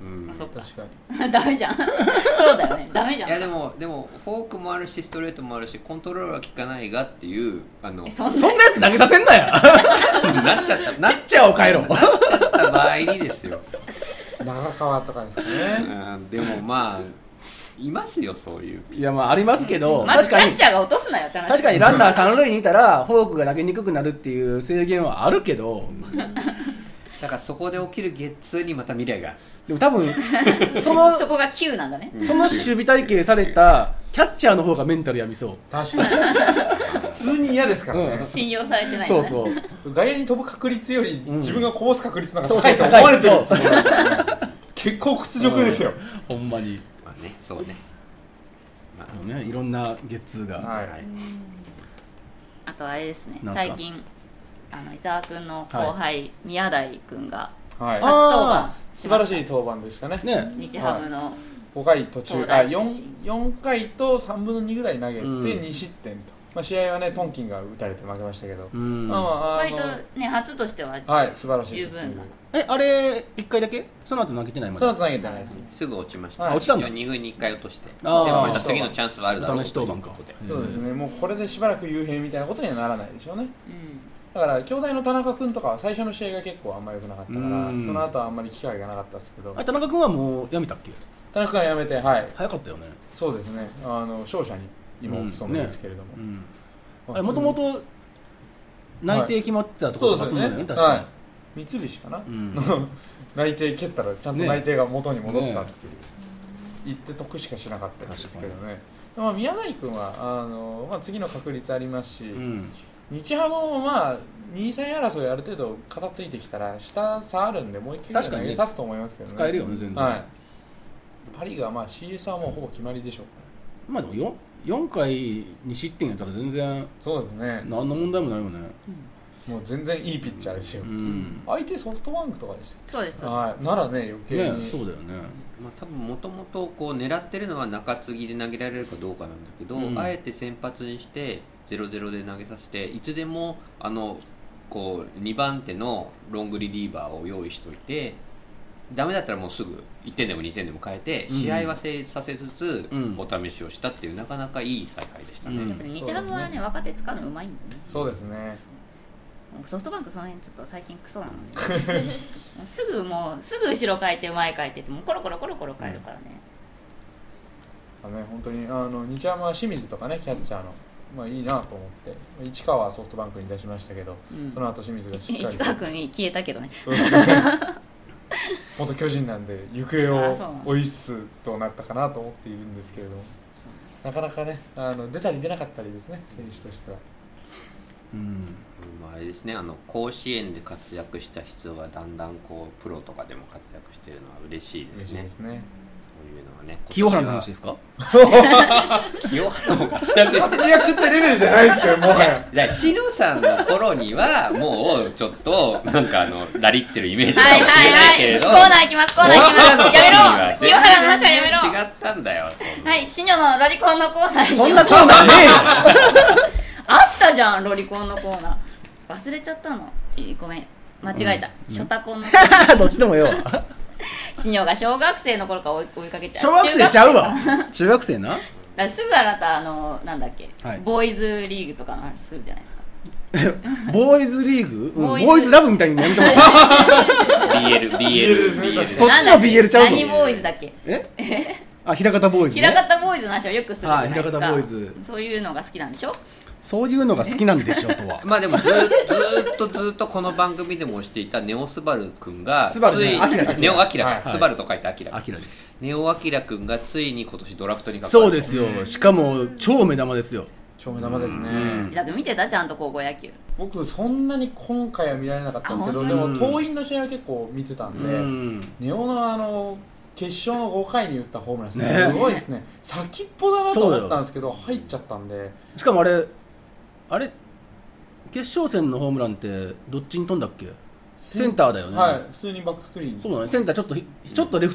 うん、 あそっか確かにダメじゃんそうだよねダメじゃん。 いやでもでもフォークもあるしストレートもあるしコントロールは効かないがっていうあのそんなそんなやつ投げさせんなやなっちゃったなピッチャーを変えろなっちゃった場合にですよ長川とかですかねうんでもまあいますよそういういやまあありますけど、 まずキャ確かにッチャーが落とすなよって話。 確かにランナー三塁にいたらフォークが投げにくくなるっていう制限はあるけど、 だからそこで起きるゲッツーにまた未来がでも多分そのそこがきゅうなんだね。 その守備体系されたキャッチャーの方がメンタルやみそう。 確かに普通に嫌ですからね、 うん信用されてないんだね。 そうそう外野に飛ぶ確率よりうん自分がこぼす確率の方そうがそう高いと思われてる高いそう結構屈辱ですよ、 ほんまに、 まあねそうね、まあね、いろんなゲッツーが、 はいはいあとあれですね、 なんすか最近あの伊沢君の後輩、宮台君がはい、 初登板素しました。 晴らしい登板でしたねね日ハムの、 ごかい途中東あ大出身 4, 4回とさんぶんのにぐらい投げてうんに失点と、まあ、試合はねトンキンが打たれて負けましたけど、 うんまあまああ割とのね初としてははい素晴らしいピッチング十分なえあれいっかいだけその後投げてないまでその後投げてないです、 すぐ落ちました、 あ落ちたんだに軍にいっかい落としてであーもまた次のチャンスはあるだろうお試し登板かということでそうですねもうこれでしばらく幽閉みたいなことにはならないでしょうねうんだから兄弟の田中君とかは最初の試合が結構あんま良くなかったからうんその後はあんまり機会がなかったですけどあ田中君はもう辞めたっけ田中君は辞めてはい早かったよねそうですねあの勝者に今お勤めですけれども、 うんまあもともと内定決まってたところそうですよね確かはい、三菱かな、 うんの内定蹴ったらちゃんとね内定が元に戻ったっていう、言って得しかしなかったですけどね、まあ、宮台君はあの、まあ、次の確率ありますし、 にうん日ハムもまあにいさい争いある程度片付いてきたら下差あるんでもう一球ぐらい投げさすと思いますけどね使えるよね全然はい、パ・リーグはまあ シーエス はもうほぼ決まりでしょうまあでも 4, 4回に失点やったら全然そうですね何の問題もないよねもう全然いいピッチャーですよ、 うん相手ソフトバンクとかでしたそうですそうです、 はい、ならね余計に、 ねそうだよねまあ、多分もともとこう狙ってるのは中継ぎで投げられるかどうかなんだけど、 うんあえて先発にしてゼロゼロで投げさせていつでもあのこうにばん手のロングリリーバーを用意しておいてダメだったらもうすぐいってんでもにてんでも変えて、 うん試合は成立させつつ、 うんお試しをしたっていうなかなかいい采配でしたね、 うんやっぱり日ハムはね若手使うのうまいんだよね。 そうですねソフトバンクその辺ちょっと最近クソなのでもうすぐもうすぐ後ろ変えて前変えてってもうコロコロコロコロ変えるからね、 あのね本当にあの日ハムは清水とかねキャッチャーの、まあ、いいなと思って市川はソフトバンクに出しましたけど、 うんその後清水がしっかり市川君に消えたけどね。 そうですね元巨人なんで行方をあそうなの追いつつとなったかなと思っているんですけれどもなかなかねあの出たり出なかったりですね選手としてはうんまあ、あれですねあの甲子園で活躍した人がだんだんこうプロとかでも活躍しているのは嬉しいですね嬉しいですねそういうのはね清原の話ですか清原も活躍して活躍ってレベルじゃないですけどもはやだからシノさんの頃にはもうちょっとなんかあのラリってるイメージかもしれはいはいないけれどはいコーナー行きますコーナー行きますやめろ清原の話はやめろ全然違ったんだよそんなはいシニョのロリコンのコーナー行きますそんなコーナーねえよあったじゃんロリコンのコーナー忘れちゃったのいごめん間違えた、 うんショタコンのコーナーどっちでもええわシニョが小学生の頃から追い追いかけて小学生ちゃうわ中学生か中学生なだからすぐあなたあのなんだっけ、 はいボーイズリーグとかの話するじゃないですかボーイズリーグ、うん、ボボーイズーイズラブみたいにやめてもらってビーエル ビーエル ビーエルそっちの ビーエル ちゃうぞ何ボーイズだっけえあ平方ボーイズね平方ボーイズの話をよくするじゃないですかはい平方ボーイズそういうのが好きなんでしょそういうのが好きなんでしょうとはまあでもずずーっとずーっとこの番組でも推していたネオスバル君がスバルじゃないついアキラですネオアキラか、 はいスバルと書いてアキラ、 アキラですネオアキラ君がついに今年ドラフトにかかるそうですよしかも超目玉ですよ超目玉ですね、 うんだって見てたちゃんと高校野球僕そんなに今回は見られなかったんですけどであ本当にも桐蔭の試合は結構見てたんで、 うんネオのあの決勝のごかいに打ったホームランすねごいですね先っぽだなと思ったんですけど入っちゃったんでしかもあれあれ決勝戦のホームランってどっちに飛んだっけセンターだよね、 はい普通にバックスクリーンそうだねセンターちょっとちょっとレフト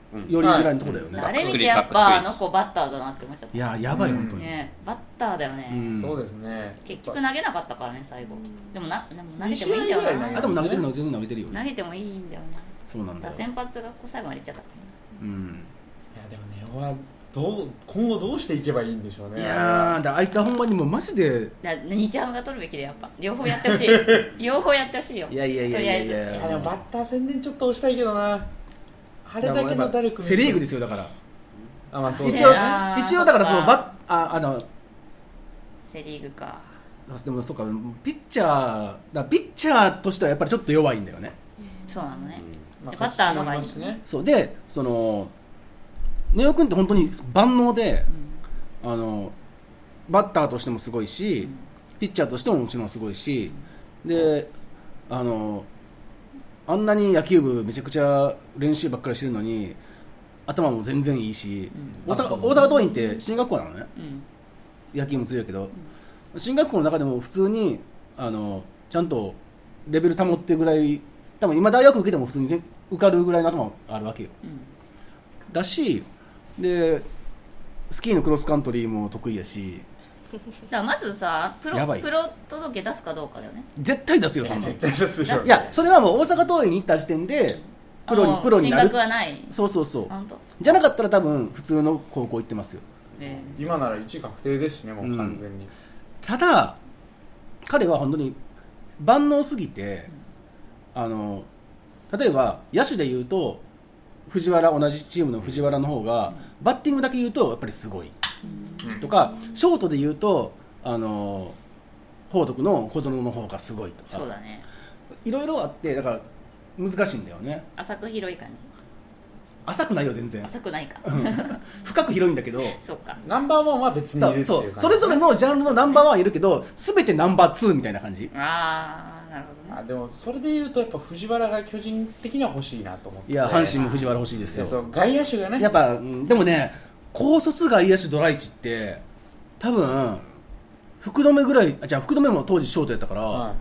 よりぐらいのとこだよね、 あれ見てやっぱあの子バッターだなって思っちゃった。 いややばい、うん、本当にね、バッターだよね、 うん、 そうですね。 結局投げなかったからね最後。でもなでも投げてもいいんだよな。 あでも投げてるのは全然投げてるよね。 投げてもいいんだよな。 そうなんだよ。 先発がこう最後までいっちゃったから、 うん、 いやでもネオはどう今後どうしていけばいいんでしょうね。 いやーだあいつはほんまにもうマジでだ日ハムが取るべきでやっぱ両方やってほしい両方やってほしいよ。 いやいやいやいやいとりあやいやでもバッター戦でちょっと押したいけどな。あれだけの打力セリーグですよだから。 あ、まあ、そう一応あ一応だからそのバッああのセリーグか。 でもそうかピッチャーだピッチャーとしてはやっぱりちょっと弱いんだよね。 そうなのね、 うん、 でバッターの方がいいね。 そうでそのネオ君って本当に万能で、うん、あのバッターとしてもすごいし、うん、ピッチャーとしてももちろんすごいし、うん、であのあんなに野球部めちゃくちゃ練習ばっかりしてるのに頭も全然いいし、うん、大阪、大阪桐蔭って進学校なのね、うん、野球も強いけど、うん、進学校の中でも普通にあのちゃんとレベル保ってぐらい多分今大学受けても普通に受かるぐらいの頭があるわけよ、うん、だしでスキーのクロスカントリーも得意やしだからまずさプロ、プロ届出すかどうかだよね。 絶対出すよそんな絶対出すよ。 いやそれはもう大阪桐蔭に行った時点でプロにプロになる。 進学はない。 そうそうそう。じゃなかったら多分普通の高校行ってますよ。 えー、今ならいち確定ですしねもう完全に、うん。 ただ彼は本当に万能すぎて、あの例えば野手で言うと藤原同じチームの藤原の方がバッティングだけ言うとやっぱりすごい。うん、とかショートで言うとあの報徳の小園の方がすごいとか。 そうだね。 いろいろあってだから難しいんだよね。 浅く広い感じ。 浅くないよ全然。 浅くないか。 深く広いんだけど。 そうか。 ナンバーワンは別にいるっていうそうそう。それぞれのジャンルのナンバーワンいるけど、すべてナンバーツーみたいな感じ。 ああなるほどね。 あでもそれで言うとやっぱ藤原が巨人的には欲しいなと思って。 いや阪神も藤原欲しいですよ。 そう外野手がね。 やっぱ、うん、でもね高卒外野手ドライチって多分福留ぐらいじゃあ福留も当時ショートやったから。はい、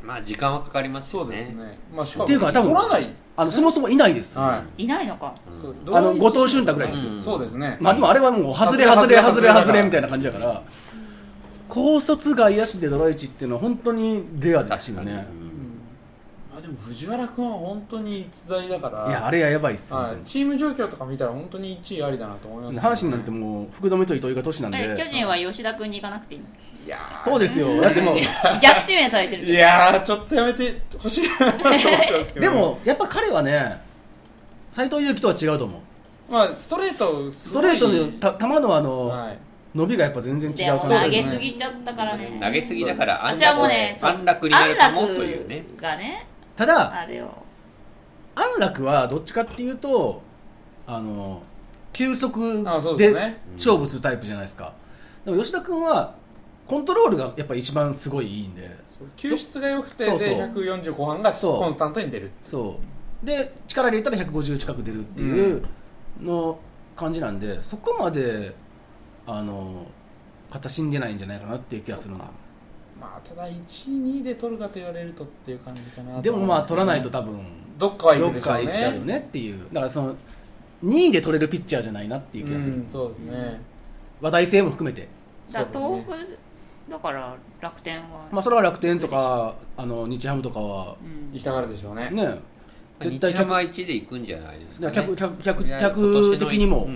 まあ時間はかかりますよね。 そうですね。まあしかもっていうか多分取らない。 あのそもそもいないです、 はい、いないのか、 うん、あの後藤俊太ぐらいですよ、 うん、そうですね。 まあでもあれはもう外れ外れ外れ外れみたいな感じだから、高卒外野手でドライチっていうのは本当にレアですよね、うん、 あでも藤原君は本当に逸材だから。 いやあれはやばいっす、 はい、 本当にチーム状況とか見たら本当にいちいありだなと思います、ね、 阪神なんてもう福留と糸井が年なんで。 巨人は吉田君に行かなくていいの？ いやそうですよ。だってもう逆指名されてる。 いやーちょっとやめてほしいなと思ってますけどでもやっぱ彼はね斎藤佑樹とは違うと思う。 まあストレートストレートのた球のあの、はい、伸びがやっぱ全然違うから。 投げすぎちゃったからね。 投げすぎだから安楽、ね、 安楽になるかもというね。 がね。 ただあれよ安楽はどっちかっていうとあの球速で勝負するタイプじゃないですか。でも吉田君はコントロールがやっぱ一番すごいいいんで、 球質が良くてでひゃくよんじゅう後半がコンスタントに出る。 そうで力入れたらひゃくごじゅう近く出るっていうの感じなんで、うん、そこまであの肩死んでないんじゃないかなっていう気がするんだ。 まあただいちいにいで取るかと言われるとっていう感じかな。 でもまあ取らないと多分どっかは行くでしょうね。 どっか行っちゃうよねっていう。だからそのにいで取れるピッチャーじゃないなっていう気がする、 うん、そうですね。 話題性も含めて。 だから東北だから楽天は、 まあそれは楽天とかあの日ハムとかは、 うん、行きたがるでしょうね。 ね、 絶対日ハムはいちで行くんじゃないですかね。 客客客客的にも、 うん、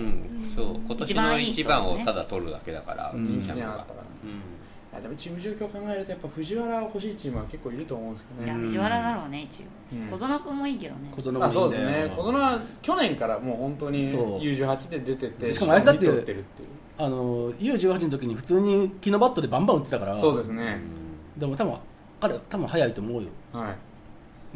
そう今年のいちばんをただ取るだけだから。 人気なかったから。でもチーム状況を考えるとやっぱ藤原欲しいチームは結構いると思うんですけどね。 いや藤原だろうね一応、うん、小園君もいいけどね。 小園もいいんだよ。 あそうですね。小園は去年からもう本当に ユーじゅうはち で出てて、 しかもあいつだってあの ユーじゅうはち の時に普通に木のバットでバンバン打ってたから。 そうですね。 でも多分彼多分早いと思うよ。 はい。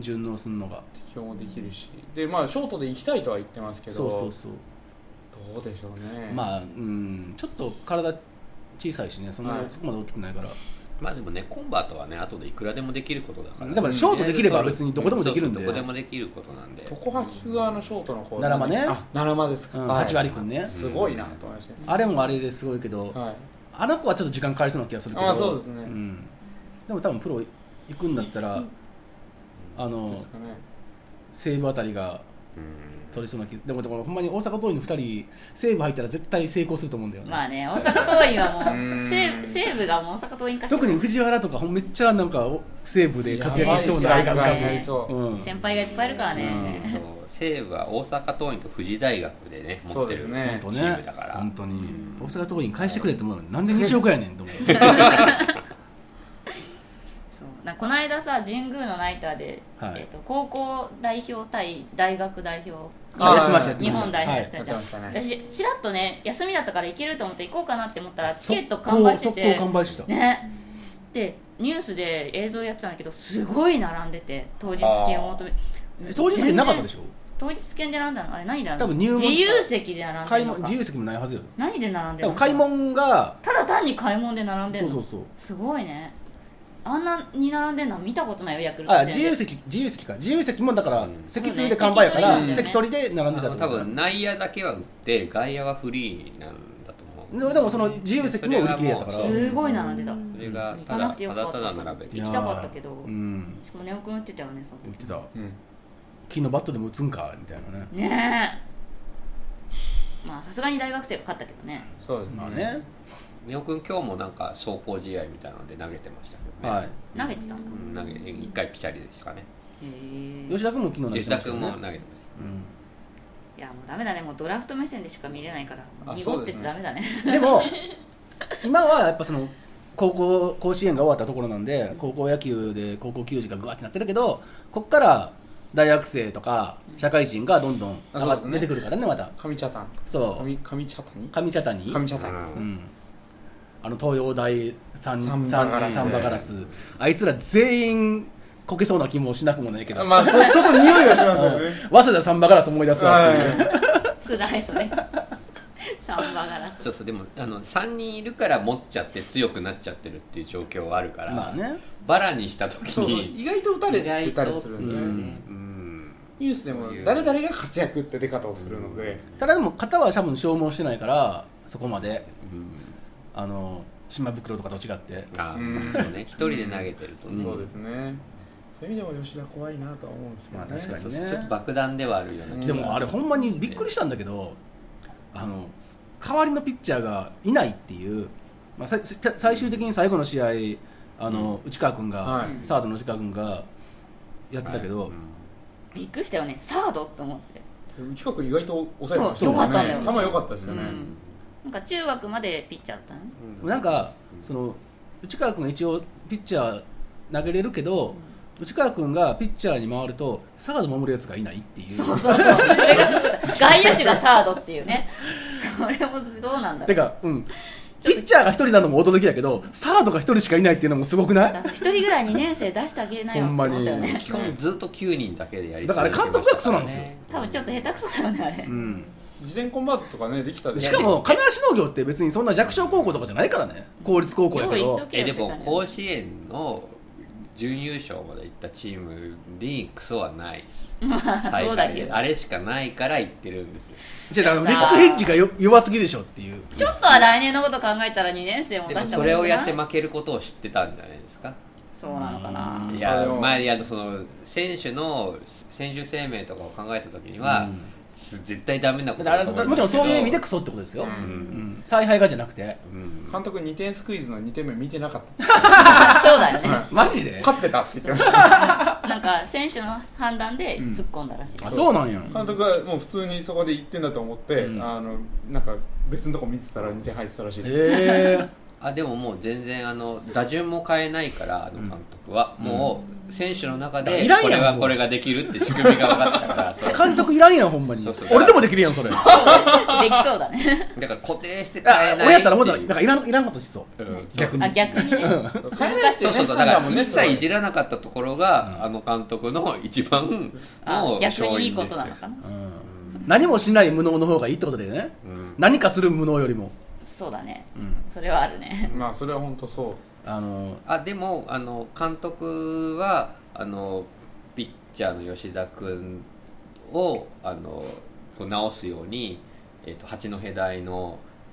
順応するのが適応もできるし、でまあショートで行きたいとは言ってますけど。 そうそうそう。 どうでしょうね。 まあうんちょっと体小さいしね、そんな、はい、そこまで大きくないから。 まあでもね、コンバートはね、後でいくらでもできることだから、ね、 だからショートできれば別にどこでもできるんで、 どこでもできることなんで。 床履側のショートの方奈良間ね、 あ奈良間ですか、 うん、はち割くんね、 すごいなと思いました、ね、 あれもあれですごいけど、はい、あの子はちょっと時間かかりそうな気がするけど、 あそうですね、 うん、でも多分プロ行くんだったら、あの、ね、西武あたりが取りそうな気でもでもほんまに大阪桐蔭のふたり西武入ったら絶対成功すると思うんだよね。 まあね、大阪桐蔭はもう西武西武がもう大阪桐蔭化して特に藤原とかほんめっちゃなんか西武で活躍しそうな大学やばいっが、 すようん、 先輩がいっぱいいるからね、 うんそう西武は大阪桐蔭と富士大学でね持ってるチねームだから、 本当に大阪桐蔭返してくれって思うのになんで西岡やねんと思うそうなんかこの間さ神宮のナイターで、 はいえー、と高校代表対大学代表あやってましたやって日ました本代表やったじゃん、 はいやってましたね私ちらっとね休みだったから行けると思って行こうかなって思ったらチケット速完売して攻速て攻完売した、 ねでニュースで映像やってたんだけどすごい並んでて当日券を求めえ当日券なかったでしょ。 当日券で並んだのあれ何で並んだの多分入門自由席で並んで開るのか門自由席もないはずよ。 何で並んでるの多分開門がただ単に開門で並んでるのそうそうそうすごいねあんなに並んでるのは見たことないよヤクルト戦であ自由席自由席か自由席もだからうん席数で完売やからそうね席取りで並んであの多たってことだ分内野だけは売って外野はフリーなんだと思う。 でもでもその自由席も売り切れやったからすごい並んでたそれが行かなただくてよかったただただ並べて行きたかったけどうんしかもネオくん打ってたよねその時言ってたうん昨日バットでも打つんかみたいなねねえまあさすがに大学生が勝ったけどねそうですねまあねネオ君今日もなんか走行試合みたいなので投げてましたけどね、 はい投げてたんだうん、投げ一回ピシャリでしたかね。 へえ吉田君も昨日投げ吉田てましたよね君も投げてます。 いやもうダメだねもうドラフト目線でしか見れないからあ濁っててダメだねでも今はやっぱその高校甲子園が終わったところなんで高校野球で高校球児がグワってなってるけどこっから大学生とか社会人がどんどん上がって出てくるからねまた上茶谷そう上上茶谷上茶谷上茶谷うんうんあの東洋大サンサンサンバガラスサンバガラスあいつら全員こけそうな気もしなくもないけど、 まあそちょっと匂いがしますよね早稲田サンバガラス思い出すわっていう、 はつらいそれサンバガラスそうそうでもあのさんにんいるから持っちゃって強くなっちゃってるっていう状況はあるから、 まあねバラにした時そうそうに意外と打たれ意外とてたりするんで、 うんうんニュースでもそういう誰々が活躍って出方をするので、 ただでも型は多分消耗してないからそこまでうんあの島袋とかと違ってあうんーそうね一人で投げてると、 うんそうですねそういう意味でも吉田怖いなとは思うんですけどね、 まあ確かにそうそうちょっと爆弾ではあるような気がでもあれほんまにびっくりしたんだけどあの代わりのピッチャーがいないっていう、まあ、さ最終的に最後の試合あの、内川君が、 はいサードの内川君がやってたけど、 うんびっくりしたよねサードって思って内川君意外と抑えましたそう良かったんだよ球良かったですよね、 うんなんか中学までピッチャーだったのうんなんかその内川君が一応ピッチャー投げれるけど、内川君がピッチャーに回るとサード守るやつがいないっていうそうそうそうそれがすごかった外野手がサードっていうねそれもどうなんだろうてか、うん、ピッチャーが一人なのも驚きだけどサードが一人しかいないっていうのもすごくない？ 一人ぐらいにねん生出してあげなよって思ったよね基本ずっときゅうにんだけでやりだからあれ監督がクソなんですよ多分ちょっと下手くそだよねあれ、 うん事前コンバートとかねできたでしかも金足農業って別にそんな弱小高校とかじゃないからね公立高校やけど用意しとけよえでもって感じ甲子園の準優勝まで行ったチームにクソはないっすまあ最そうだけど下位であれしかないから行ってるんですよじゃあリスクヘッジがよ弱すぎでしょっていうちょっとは来年のこと考えたらにねん生も出でもした方がいいかなそれをやって負けることを知ってたんじゃないですかそうなのかなうんいやあでもまあいやその選手の選手生命とかを考えた時には、 うん絶対ダメなことだからだと思いますけどもちろんそういう意味でクソってことですよ、 ううんん采配がじゃなくてうん監督にてんスクイズのにてんめ見てなかったそうだよねマジで勝ってたって言ってましたなんか選手の判断で突っ込んだらしい、 あそうなんや監督はもう普通にそこでいってんだと思って、 うんあのなんか別のとこ見てたらにてん入ってたらしいです、 へえあでももう全然あの打順も変えないからあの監督は、もう選手の中でいらんやんこれはもうこれができるって仕組みが分かったからそう監督いらんやんほんまにそうそう俺でもできるやんそれできそうだねだから固定して変えないあ俺やったらもっとっていうなんかいらんいらんことしそううん逆にあ逆にね変えないってそうそうそうだからもんね一切いじらなかったところが、あの監督の一番あの逆にいい勝因ですよことなのかなうん何もしない無能の方がいいってことでねうん何かする無能よりもそうだねうんそれはあるねまあそれは本当そうあのあでもあの監督はあのピッチャーの吉田君をあのこう直すように、えー、と八戸大の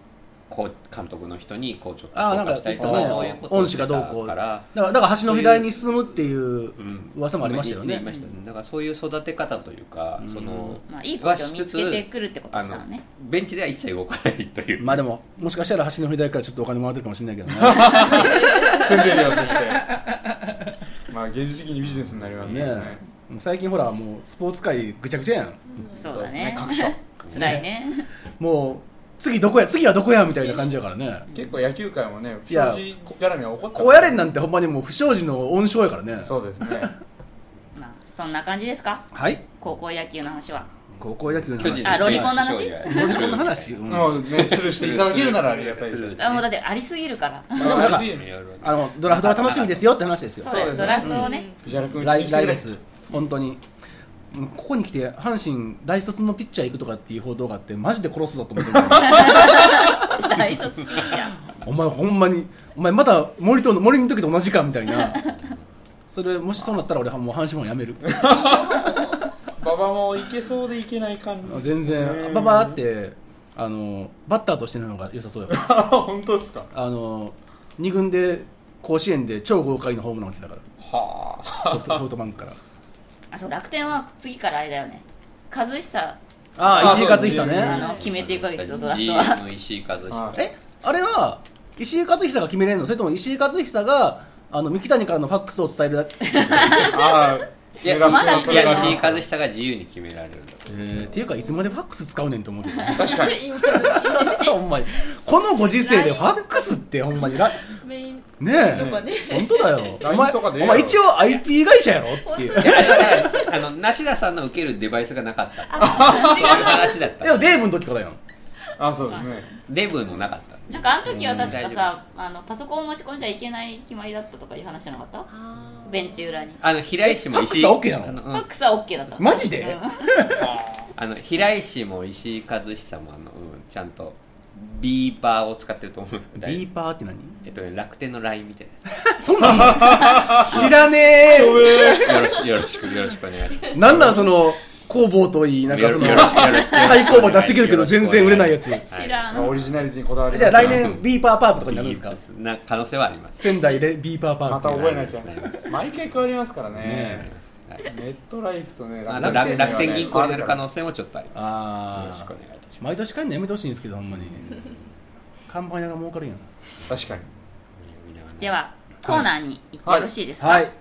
こう監督の人にこうちょっとあー紹介したりとか、 なんかそういうこと恩をしてた師がどうこうからだからだから橋の左に進むっていううん噂もありましたよね、 言いましたね。だからそういう育て方というか、 うんそのまあ、いいコーチを見つけてくるってことですからね。 ベンチでは一切動かないという。 まあでももしかしたら橋の左からちょっとお金もらってるかもしれないけどね住んでるよとしてまあ現実的にビジネスになりますねね最近ほらもうスポーツ界ぐちゃぐちゃやん、 そうだね。 各所辛いね。 もう次どこや次はどこやみたいな感じやからね、 結構野球界もね不いや祥事絡みは起こったこうやれんなんてほんまにもう不祥事の温床やからね。 そうですねまあ、そんな感じですか、 はい高校野球の話は。 高校野球の巨人話あロリコンの話ロリコンの話、うんもうねスルーしていただけるならありがたいですあもうだってありすぎるから。 まあ別にあのドラフトは楽しみですよって話ですよそうです、ドラフトをね。 藤原君うち来に来てくれ来月本当にうんここに来て阪神大卒のピッチャー行くとかっていう報道があってマジで殺すぞと思ってる大卒ピッチャー。 お前ほんまにお前まだ森と森の時と同じかみたいなそれもしそうなったら俺はもう阪神ファンやめる馬場もいけそうでいけない感じですね全然馬場だってあのバッターとしての方が良さそうやから本当ですかあのに軍で甲子園で超豪快なホームラン打ってたからはあソフトソフトバンクからあ、そう、楽天は次からあれだよね。和久、 ああ石井和久あねの決めていくわけですよ、ドラフジトーエムは。 の石井和久。 はいえあれは石井和久が決めれるのそれとも石井和久があの三木谷からのファックスを伝えるだけああいや、 まだいや石井和久が自由に決められるんだと。 えー、っていうかいつまでファックス使うねんと思うけど確かにそっち。 ほんまにこのご時世でファックスってほんまにらメインねえとかね本当だよおライン前とかでお前一応 アイティー 会社やろっていういやだからあの梨田さんの受けるデバイスがなかったそういう話だった。 でもデーブの時からやんあそうですねデブのなかった。 なんかあの時は確かうん大丈さ、あのパソコンを持ち込んじゃいけない決まりだったとかいう話じゃなかった？ベンチ裏に。 あの平石も石井ファックスは OK なのあの、うんファックスは OK だった。 マジでうんあの平石も石井和久もあの、うん、ちゃんとビーパーを使ってると思うんですけど、 ビーパーって何えっとね、楽天の ラインみたいなそんなん知らねえやつよろしくよろしくよろしくお願いします。 なんなんその工房といいなんかそのよろしくよろしく対抗馬出してくるけど全然売れないやつ知らん。 まあオリジナリティにこだわりじゃあ来年ビーパーパープとかになるんですかな可能性はあります。 仙台レビーパーパーまプた覚えなきゃあります毎回変わりますからねねはいネットライフとねあの楽楽天銀行になる可能性もちょっとあります。 あーよろしくお願いいたします。 毎年帰るのやめてほしいんですけどほんまに看板屋が儲かるやん確かにではコーナーに行ってよろしいですか？ はい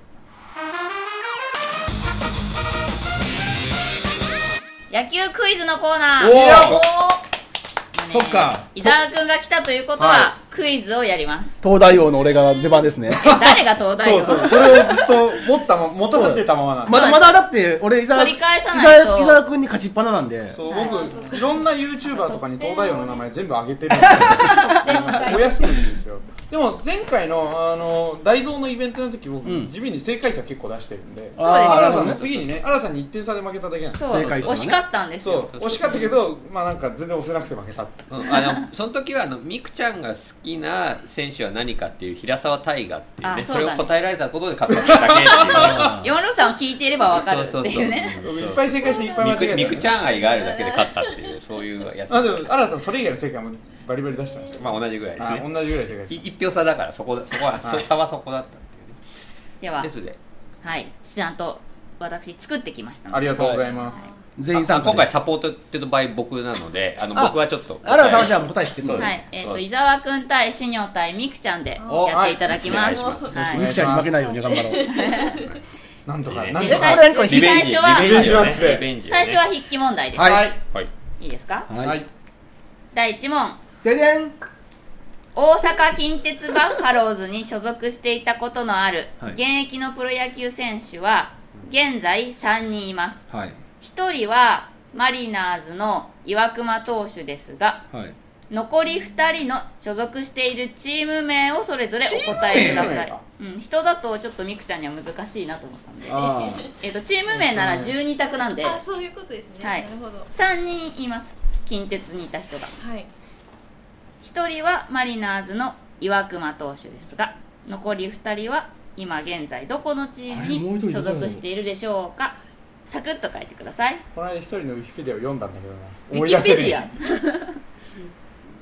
野球クイズのコーナー。 おーおーそっか伊沢くんが来たということは、 はクイズをやります。 東大王の俺が出番ですねえ誰が東大王？ そうそうそれをずっと持ったま持たせてたままなんでまだまだだって俺伊沢取り返さないと伊沢君に勝ちっぱななんでそう僕いろんな YouTuber とかに東大王の名前全部上げてるんでお安いんですよ。でも前回のあの大蔵のイベントの時僕、 うん地味に正解者結構出してるんで、 あーそうです新さんのなるほどね次にね新さんにいってん差で負けただけなんですよ。 そう、 正解数ね惜しかったんですそよ。 う惜しかったけどまあなんか全然押せなくて負けたってうん、あのその時はあのミクちゃんが好きな選手は何かっていう平沢大河っていうねあそうだねそれを答えられたことで勝っただけっていうよんろくさんを聞いていればわかるってそうそうそういうね。 いっぱい正解していっぱい間違えたミクミクちゃん愛があるだけで勝ったっていうそういうやつあでも新さんそれ以外の正解もバリバリ出してましたよ。 まあ同じぐらいですあね同じぐらい正解してい一票差だからそこそこは、そ差はそこだったっていうねではですではい、ちゃんと私作ってきましたので。 ありがとうございます。 全員参加であ今回サポートって場合僕なのであのあ僕はちょっとあらさんはじゃあ答え知ってるのそうですはい、えっ、と伊沢くん対しにょ対みくちゃんでおやっていただきます。 はいお願いしますはいみくちゃんに負けないように頑張ろうなんとかねえなんとか最これこれリベンジ最初はリベンジをねリベンジマッチでリベンジをね最初は筆記問題です。 はいはいはいいいですか？ はい、 はいだいいち問。 ででん大阪近鉄バファローズに所属していたことのあるはい現役のプロ野球選手は現在さんにんいます。 はいひとりはマリナーズの岩隈投手ですが、 はい残りふたりの所属しているチーム名をそれぞれお答えくださいチーム名か。 うん、人だとちょっとみくちゃんには難しいなと思ったんで、 あえっとチーム名ならじゅうに択なんであ、そういうことですね。 はいなるほど。 さんにんいます。近鉄にいた人が。 はい。 ひとりはマリナーズの岩隈投手ですが、残りふたりは今現在どこのチームあれもう一人に所どこだろう属しているでしょうか。サクッと書いてください。 この間一人のウィキペディアを読んだんだけどなウィキペディア。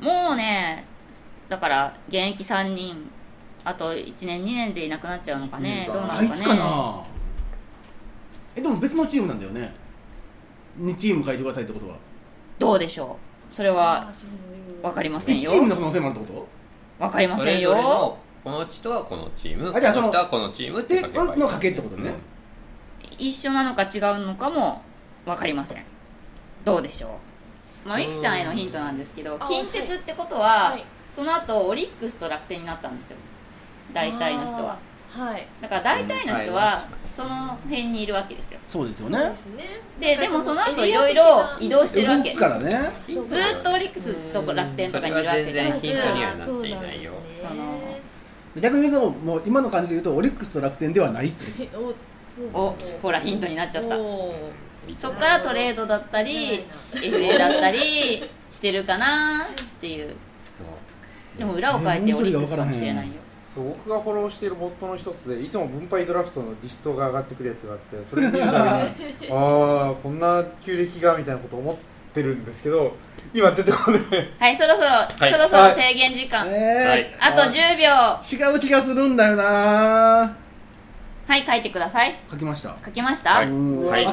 もうねだから現役さんにんあといちねんにねんでいなくなっちゃうのかね、どうなのかね。 あいつかな。えでも別のチームなんだよね。にチーム書いてくださいってことはどうでしょう、それは分かりませんよ。 いちチームの可能性もあるってこ分かりまそせんよ。 れぞれのこの人はこのチーム、 あじゃあそのこの人はこのチームってとで書けばいいの賭けってことね、 一緒なのか違うのかも分かりません。どうでしょう。まあ、ミキさんへのヒントなんですけど、近鉄ってことは、はい、その後オリックスと楽天になったんですよ、大体の人は。はい、だから大体の人はその辺にいるわけですよ。 そうですよね。 ででもその後いろいろ移動してるわけ。 動くからね。 ずっとオリックスと楽天とかにいるわけじゃなくて、 それは全然ヒントにはなっていないよ。 逆に言うともう今の感じで言うとオリックスと楽天ではないっておほらヒントになっちゃった。そっからトレードだったり エフエー だったりしてるかなっていう。でも裏を変えてオリックスかもしれないよ。 そう僕がフォローしているボットの一つでいつも分配ドラフトのリストが上がってくるやつがあって、それ見るたびにああこんな旧暦がみたいなこと思ってるんですけど今出てこない。 はいそろそろ、はい、そろそろ制限時間、はい、あとじゅうびょう。 違う気がするんだよな。 はい書いてください。 書きました。 書きました。 はい。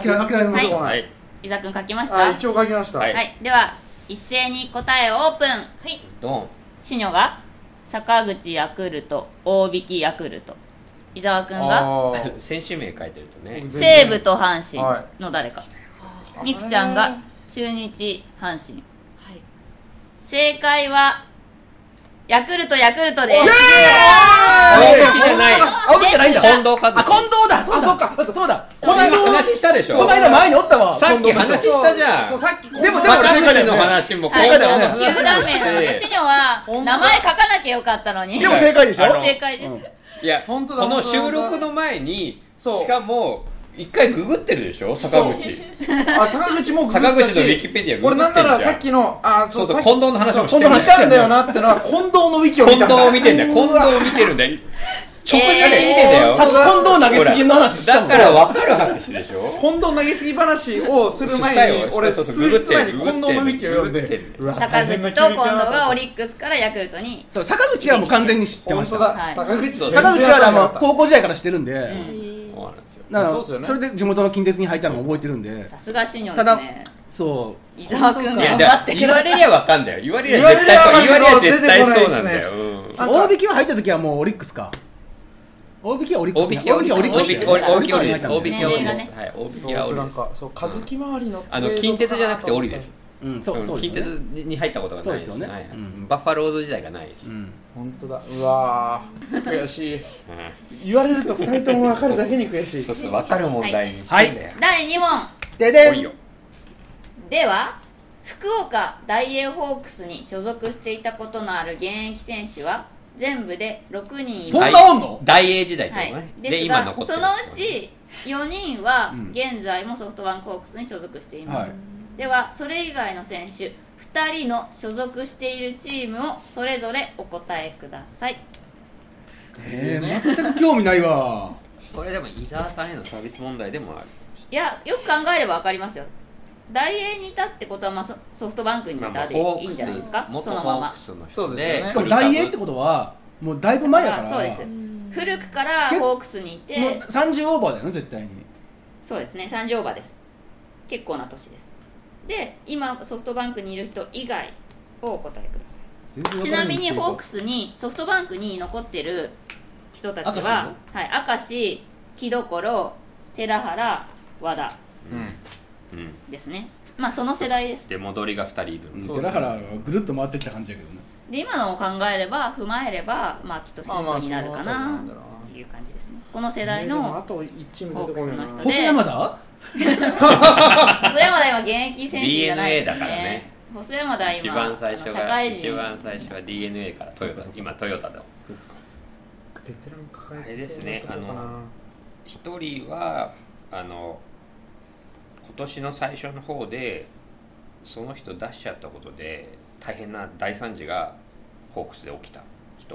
諦めましょう。はい。 伊沢くん書きました。 あ一応書きました。 はい。はい、では一斉に答えをオープン。はい。 ドン。 シニョが坂口ヤクルト、大引ヤクルト。伊沢くんが選手名書いてるとね。 西武と阪神の誰か。みくちゃんが中日、阪神。はい。正解はヤクルト、ヤクルトです。 大引じゃない。 大引じゃないんだ。 近藤和樹。 あ、近藤だ。そうだ。そうだ。 この間話したでしょ。 この間前におったわ。 さっき話したじゃん。 そうさっき。 でも坂口の話も近藤の話も球団名なので、シニョは名前書かなきゃよかったのに。 でも正解でしょ。 正解です。 いや、この収録の前にしかも一回ググってるでしょ、坂口。 あ、坂口もググったし、 坂口のウィキペディアググってるじゃん。 俺なんならさっきの、あ、 そうそう、近藤の話もしてる。したんだよなってのは、近藤のウィキを見たんだ。 近藤を見てんだよ、近藤を見てるんだよ。直前で見てんだよ。 さっき近藤投げすぎの話したもん。だから分かる話でしょ。 近藤投げすぎ話をする前に、俺数日前に近藤のウィキを読んで、 坂口と近藤がオリックスからヤクルトに。 そう、坂口はもう完全に知ってました。 坂口坂口はもう高校時代から知ってるんで。 そうなんですよ。 だからそれで地元の近鉄に入ったのを覚えてるんで。 さすがシニョですね。 ただそう伊沢君が言われりゃ分かんだよ。言われりゃ絶対そう。言われりゃ絶対そうなんだよ。 大引きは入った時はもうオリックスか。大引きはオリックス。 大引きはオリックス。大引きはオリックス。大引きはオリックス。はい、大引きはオリックス。 そう、和木回りのあの近鉄じゃなくてオリです。 うん、そうそう近鉄に入ったことがないです。 そうですよね。 バッファローズ時代がないです。 本当だ。うわー、悔しい。言われると二人とも分かるだけに悔しい。 そうそう、分かる問題にしてんだよ。 だいにもん。 でででは福岡ダイエーホークスに所属していたことのある現役選手は全部でろくにんいます。 そんなおんの？ 大英時代ってことね。 はい、ですがそのうちよにんは現在もソフトバンクホークスに所属しています、はい、ではそれ以外の選手ふたりの所属しているチームをそれぞれお答えください。 えー、全く興味ないわ。 これでも伊沢さんへのサービス問題でもある。 いや、よく考えれば分かりますよ。大英にいたってことは、まあ、ソフトバンクにいたでいいんじゃないですか、まあ、そのまま。 そうで、ね、 しかも大英ってことはもうだいぶ前だから。 そうです。古くからホークスにいてもうさんじゅうオーバーだよね絶対に。 そうですね、さんじゅうオーバーです。結構な年です。で今ソフトバンクにいる人以外をお答えください。ちなみにホークスにソフトバンクに残ってる人たちは、はい、明石、木所、寺原、和田、うんうん、ですね。まあその世代です。 で戻りがふたりいる、 うん、寺原はぐるっと回っていった感じだけどね。 で今のを考えれば踏まえればまあきっとヒントになるかなっていう感じですね。この世代のホークスの人で。 細山田？ 細山田今現役選手じゃないですね。 ディーエヌエー だからね。 細山田今一番最初が社会人一番最初は ディーエヌエー からトヨタ、今トヨタだ。 ベテラン抱えてあれですね。あの一人はあの今年の最初の方でその人出しちゃったことで大変な大惨事がホークスで起きた人。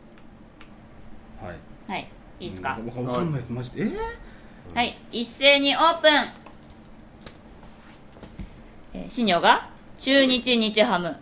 はいはい、いいですか。 わかんないですマジで。えー、 はい、一斉にオープン。えー、シニョが中日日ハム、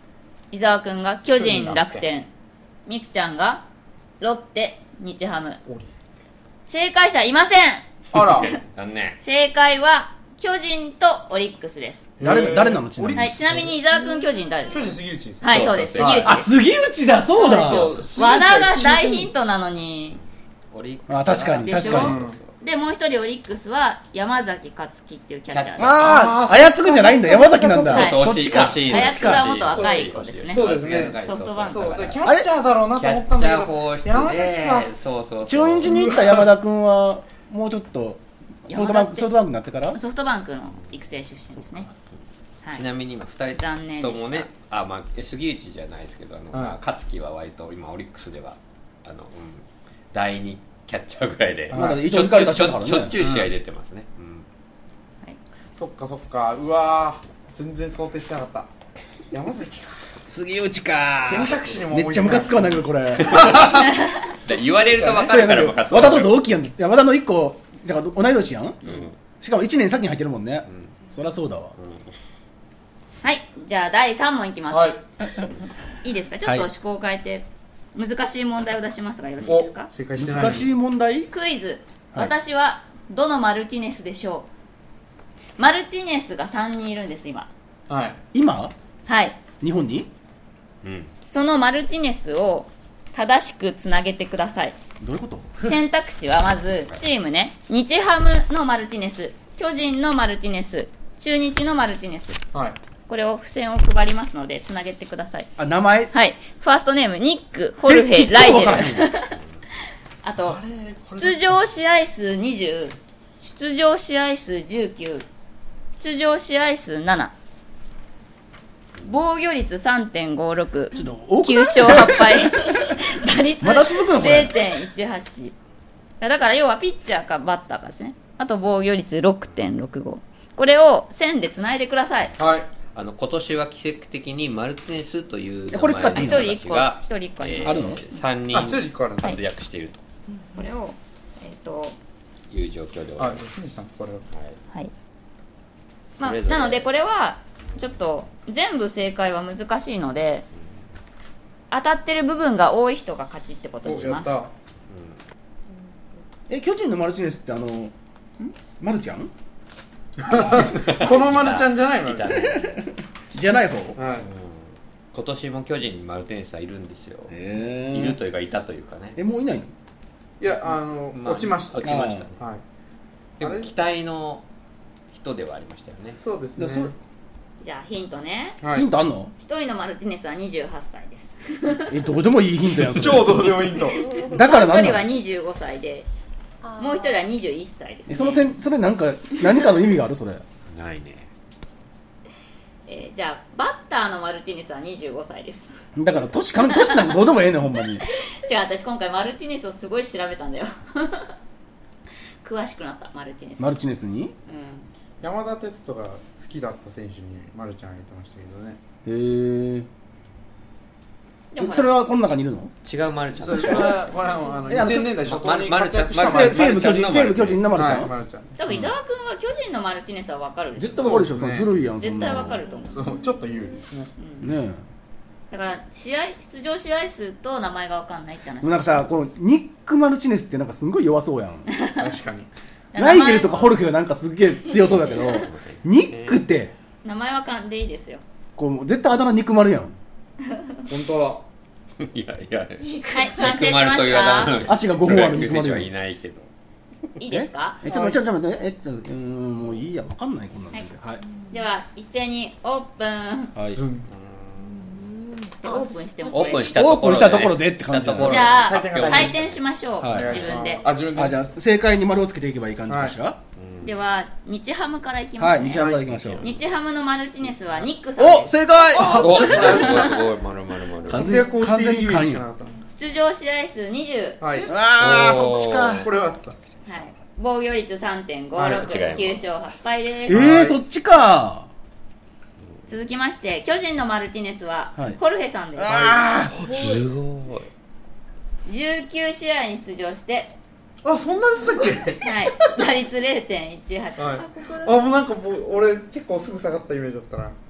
伊沢くんが巨人楽天、みくちゃんがロッテ日ハム。正解者いません。 あら残念。 正解は巨人とオリックスです。 誰誰なのちなみに、 はい、ちなみに伊沢くん巨人誰ですか？ 巨人杉内です。 はい、そうです。杉内です。 あ、杉内だ、そうだ。 そうそう和田が大ヒントなのに。 オリックス。 あ、確かにでしょ確かに。 でもう一人オリックスは山崎勝樹っていうキャッチャーです。 ああ、あやつぐじゃないんだ、山崎なんだ。 はいそうそっちか。 惜しいあやつが元若い子ですね。 そうですね。 ソフトバンクそうだから。 キャッチャーだろうなとキャ思ったんッチャーだけど、 放出山崎でがそうそうそう中日に行った山田君はもうちょっとソフトバンクソフトバンクになってからソフトバンクの育成出身ですね。はい、 ちなみに今ふたり残念でしたともね、あ、まあ、杉内じゃないですけど、あの、 はいまあ勝樹は割と今オリックスではあの、うん、だいにキャッチャーぐらいで、 まだし一応行かれたょっちゅうし人だからねょっちゅう試合出てますね、うんはい、 そっかそっか、うわー全然想定してなかった。山崎か、 杉内か。 選択肢にもめっちゃムカつくわ、なんかこれ。 で言われると分かるからムカつく。 和田と同期やん。和田のいっこだから同い年やん、 うん、 しかもいちねん先に入ってるもんね、 うん、 そりゃそうだわ、 はい、じゃあだいさん問いきます。 はい。 いいですか？ちょっとはい趣向を変えて難しい問題を出しますがよろしいですか？ 正解してない。 難しい問題。 クイズ、 はい私はどのマルティネスでしょう？マルティネスがさんにんいるんです今。 はい。 今はい、 日本にうんそのマルティネスを正しくつなげてください。 どういうこと？ 選択肢はまずチームね、日ハムのマルティネス、巨人のマルティネス、中日のマルティネス、 はい。 これを付箋を配りますのでつなげてください。 あ、名前はい、ファーストネームニック、ホルヘイ、 ぜライデ一個も分からへル。 んあと出場試合数にじゅう、出場試合数じゅうきゅう、出場試合数なな、防御率 さんてんごろく、 ちょっと多くきゅうない勝はち敗、打率まだ続くのこれれいてんいちはち。 いやだから要はピッチャーかバッターかですね。あと防御率 ろくてんろくご、これを線でつないでください。 はい。 あの今年は奇跡的にマルティネスという名これ使っていいの前の人たちが一人一個一人一個あるのさんにんあ、一人一個あるんだ。 活躍しているこれをえっ、とという状況ではあ、清水さんこれを。 はい、まあ、 それぞれなのでこれはちょっと全部正解は難しいので当たってる部分が多い人が勝ちってことにします。 お、やった。 え、巨人のマルチネスってあのマルちゃんこのまるちゃんじゃないの？ いたねじゃない方？ はい。 今年も巨人にマルティネスはいるんですよ、 えいるというかいたというかね、 え、もういないの？ いや、あの、 まあ落ちました。 落ちましたね。 はい。 であれも期待の人ではありましたよね。 そうですね。 だそれじゃあヒントね、 はいヒン。トあんの？ 一人のマルティネスはにじゅうはっさいです。 え、どうでもいいヒントやんそれ。 超どうでもいいと。 だからもう一人は何なの？ にじゅうごさいで、もう一人はにじゅういっさいです、ね。 え、そのせんそれなんか何かの意味があるそれ？ ないね。 えーじゃあバッターのマルティネスはにじゅうごさいです。 だから年か年なんかどうでもええねんほんまに。 違う、私今回マルティネスをすごい調べたんだよ。詳しくなったマルティネス。 マルチネスに？ うん、 山田哲人が好きだった選手にまるちゃんが言ってましたけどね。 へえ。 でもほらそれはこの中にいるの？ 違うマルちゃんそれでしょ。 はこれはもうあのえあのにせんねんだい初頭にまるちゃん活躍したまる西武巨人西武巨人のマルちゃはい、 ん？ まるちゃん。 多分伊沢君は巨人のマルティネスは分かるでしょ。 絶対わかるでしょ。 そうですねそのずるいやんそんなの。 絶対分かると思う。 そう、ちょっと有利ですね。 うんねだから試合出場試合数と名前が分かんないって話。 え。もうなんかさ、このニック・マルチネスってなんかすんごい弱そうやん。 確かに。 ライデルとかホルケがなんかすっげえ強そうだけど、ニックって名前はかんでいいですよ。 こう絶対あだ名肉丸やん。 本当だ。 いやいや、 はい、完成しま丸というあだした。 名の足がごほんある肉プロ野球選手は丸やん。 いないけど。 いいですか？ え、ちょっとちょっと待って、え、ちょっとうーんもういいや、わかんないこんなんで。はい。 では一斉にオープン。 はい。 ズン。 でオープンしてもオープンしたオーところで、 プンしたところでって感じだしたところでじゃあ採点が採点しましょう、 はい自分で。 あ、自分で。 あ、じゃあ正解に丸をつけていけばいい感じかしら。 では日ハムからいきますね。 はい、西山からいきましょう。 日ハムのマルティネスはニックさんでお、 す。 正解。 お、すごいすごいすごい、まるまるまる。 完活躍をしているイメージしかなかっ出場試合数にじゅう、 た。はい。 ああ、 おーそっちか。 これは合ってた。 はい、防御率 さんてんごろく、 はい違いますきゅう勝はち敗です。 えー、そっちか。 続きまして巨人のマルティネスははいホルヘさんです。 あすごい。 じゅうきゅう試合に出場して、 あ、そんなでしたっけ？ はい、打率 れいてんいちはち、 はい。あ、もうなんかもう俺結構すぐ下がったイメージだったな。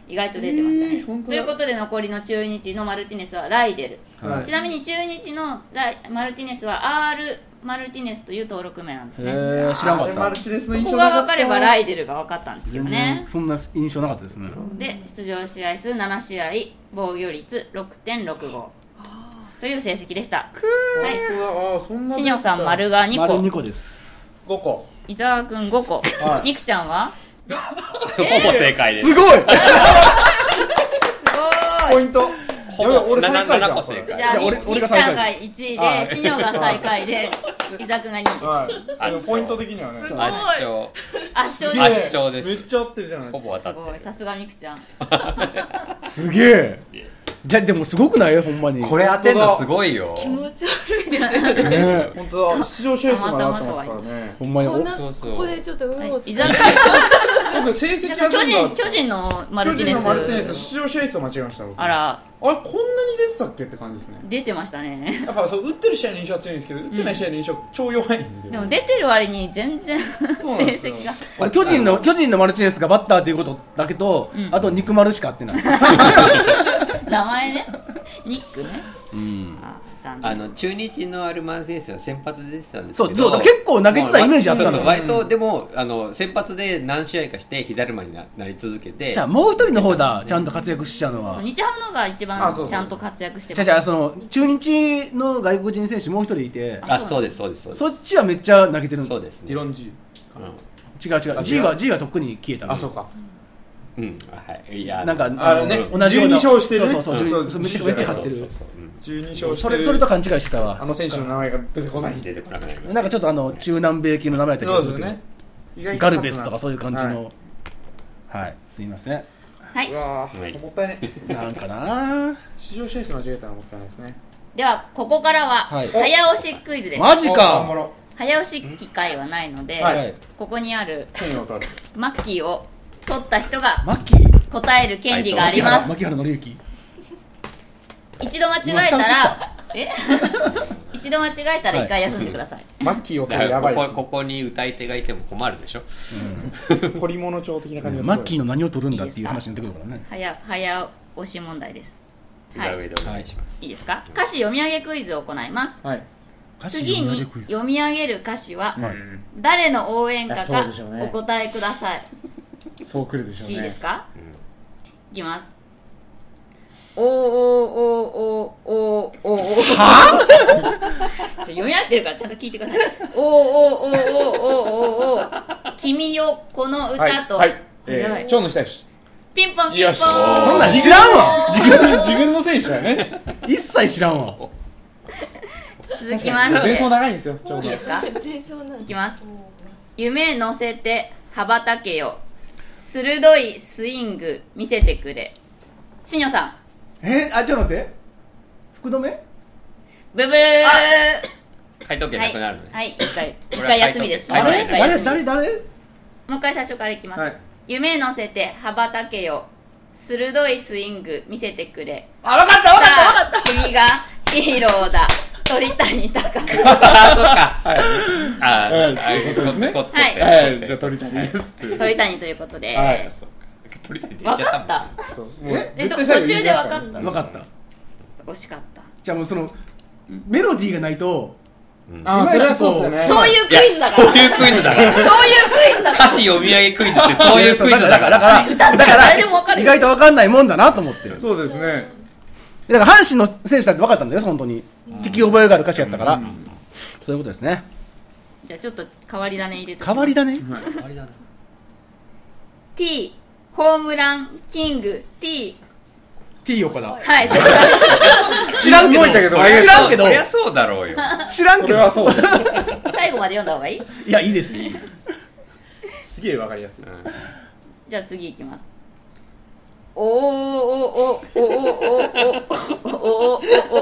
意外と出てましたね、 えー本当だということで残りの中日のマルティネスはライデル、 はいちなみに中日のライマルティネスは R マルティネスという登録名なんですね。 へー知らんかったマルチネスのそこ印象なかったが分かればライデルが分かったんですけど全ね然。そんな印象なかったですね。 で出場試合数なな試合、防御率 ろくてんろくご という成績でした。はいああそんなしにょさん丸がにこ、 丸にこです。 ごこ伊沢くんごこ、 はいみくちゃんはほぼ正解ですすごいすごい。 ポイントほぼやばい俺最下位じゃんななこ正解じゃあみじゃあ俺み俺が最下位くちゃんがいちいではいしにょが最下位で伊沢くんがにいです。 はいでもポイント的にはね圧勝圧勝すげえです。 圧勝ですめっちゃ合ってるじゃないほぼ当たってるすごい、さすがみくちゃん。 すげえ。じゃでもすごくないほんまに。 これ当てんのすごいよ気持ち悪いですね。 ね本当だ出場試合数まで合ってますからねほんまにおこんなそうそうここでちょっと運を使伊沢くん僕成績が巨全部合って人巨人のマル巨ティネ人のマルティネスス出場試合数を間違えました僕あらあれこんなに出てたっけって感じですね出てましたね。 だからそう打ってる試合の印象は強いんですけど打ってない試合の印象超弱いんですよでも出てる割に全然成そうなんですよ績が俺巨人の巨人のマルチネスがバッターっていうことだけと、 うんあと肉丸しか合ってない。 名前ね、ニックね。 うん。 あ、残念。 あの中日のアルマン選手は先発で出てたんですけどそうそう結構投げてたイメージあったのそうそう割とでもあの先発で何試合かして火だるまに な, なり続けてじゃあもう一人の方だちゃんと活躍しちゃうのは。 そう日ハムのが一番あそうそうちゃんと活躍してじゃあじゃあその中日の外国人選手もう一人いて、 あそうですそうですそうですそっちはめっちゃ投げてるんだ。 そうですね理論 G 違う違う。 あ G は G はとっくに消えたの。 あそうかうん、うんあはいいやなんかあれねの同じようなじゅうに勝してるねそうそうそう、 うんそうめっちゃめっちゃ勝ってるそう。そうそううんじゅうに勝してそるれそれと勘違いしてたわ。 あの選手の名前が出てこない出てこなくなりましたなんかちょっとあの中南米系の名前やった気がするけど、 そうですよね意外とガルベスとかそういう感じはの、はい、すいません。 はい。 うわはいーもったいねなんかな出場試合数間違えたのもったいないですねではここからははい早押しクイズです。 マジお頑張か。 ろ早押し機会はないので、 はいここにあるう剣を取るマッキーを取った人がマッキー答える権利があります。 牧原紀之。 一度間違えた今下打ちしらえ一度間違えたら一回休んでください。 マッキーをだ取るからここやばいですここに歌い手がいても困るでしょ取り物帳的な感じがマッキーのの何を取るんだっていう話になってくるからね。 早早押し問題です。はい。 伊沢上でお願いします、 いいですか？歌詞読み上げクイズを行います。 はい歌詞次に読み上げクイズ読み上げる歌詞ははい誰の応援歌いやそかうでしょうねお答えください。 そう来るでしょうねいいですか？ うんいきます。おーおーおーおーおーおーおーは読み上げてるからちゃんと聞いてください。おーおーおーおーおーおーおー君よこのはい歌と、 はいえ早いー蝶野久志ピンポンピンポン。 よしそんなん知らんわ。 自分自分の選手だよね一切知らんわ。 続きまして前走長いんですよちょうどいいですか？ 全勝なんいきます。夢乗せて羽ばたけよ、鋭いスイング見せてくれ。しにょさんえあちょっと待って。福留？ ブブー。 回答権なくなるのね、 はい、一回一これは回休みです。 はいあれ一回休みです誰誰誰？ もう一回最初からいきます。 はい夢乗せて羽ばたけよ、鋭いスイング見せてくれ。 あわかったわかったわかっさあ君がヒーローだ。鳥谷隆。 あそっかはいあはいあということですねここはいはいじゃあ鳥谷です鳥谷ということで。 はいそっか鳥谷って言っ分ちゃったかっもんた。 そうもうええっと絶対最後途中で分かった言いますらねたわかった。 惜しかった。 じゃあもうそのメロディーがないとうんあーそれはそうですよねそういういやクイズだから。 そういうクイズだからそういうクイズだから。 歌詞読み上げクイズってそういうクイズだからだから歌ったら誰でも分かるよ。 意外とわかんないもんだなと思ってる。 そうですねだから阪神の選手だって分かったんだよ本当に。聞き覚えがある歌詞やったから。そういうことですね。 じゃあちょっと変わり種入れて。 変わりだね。 あれだな T ホームランキング T T 横田。 はい正解。 知らんけど。 動いたけど知らんけどそ。りゃそうだろうよ知らんけど。 それはそう最後まで読んだ方がいい？ いやいいです。 すげえわかりやすいじゃあ次いきます。おーおーおーおーおーおーおーおーおー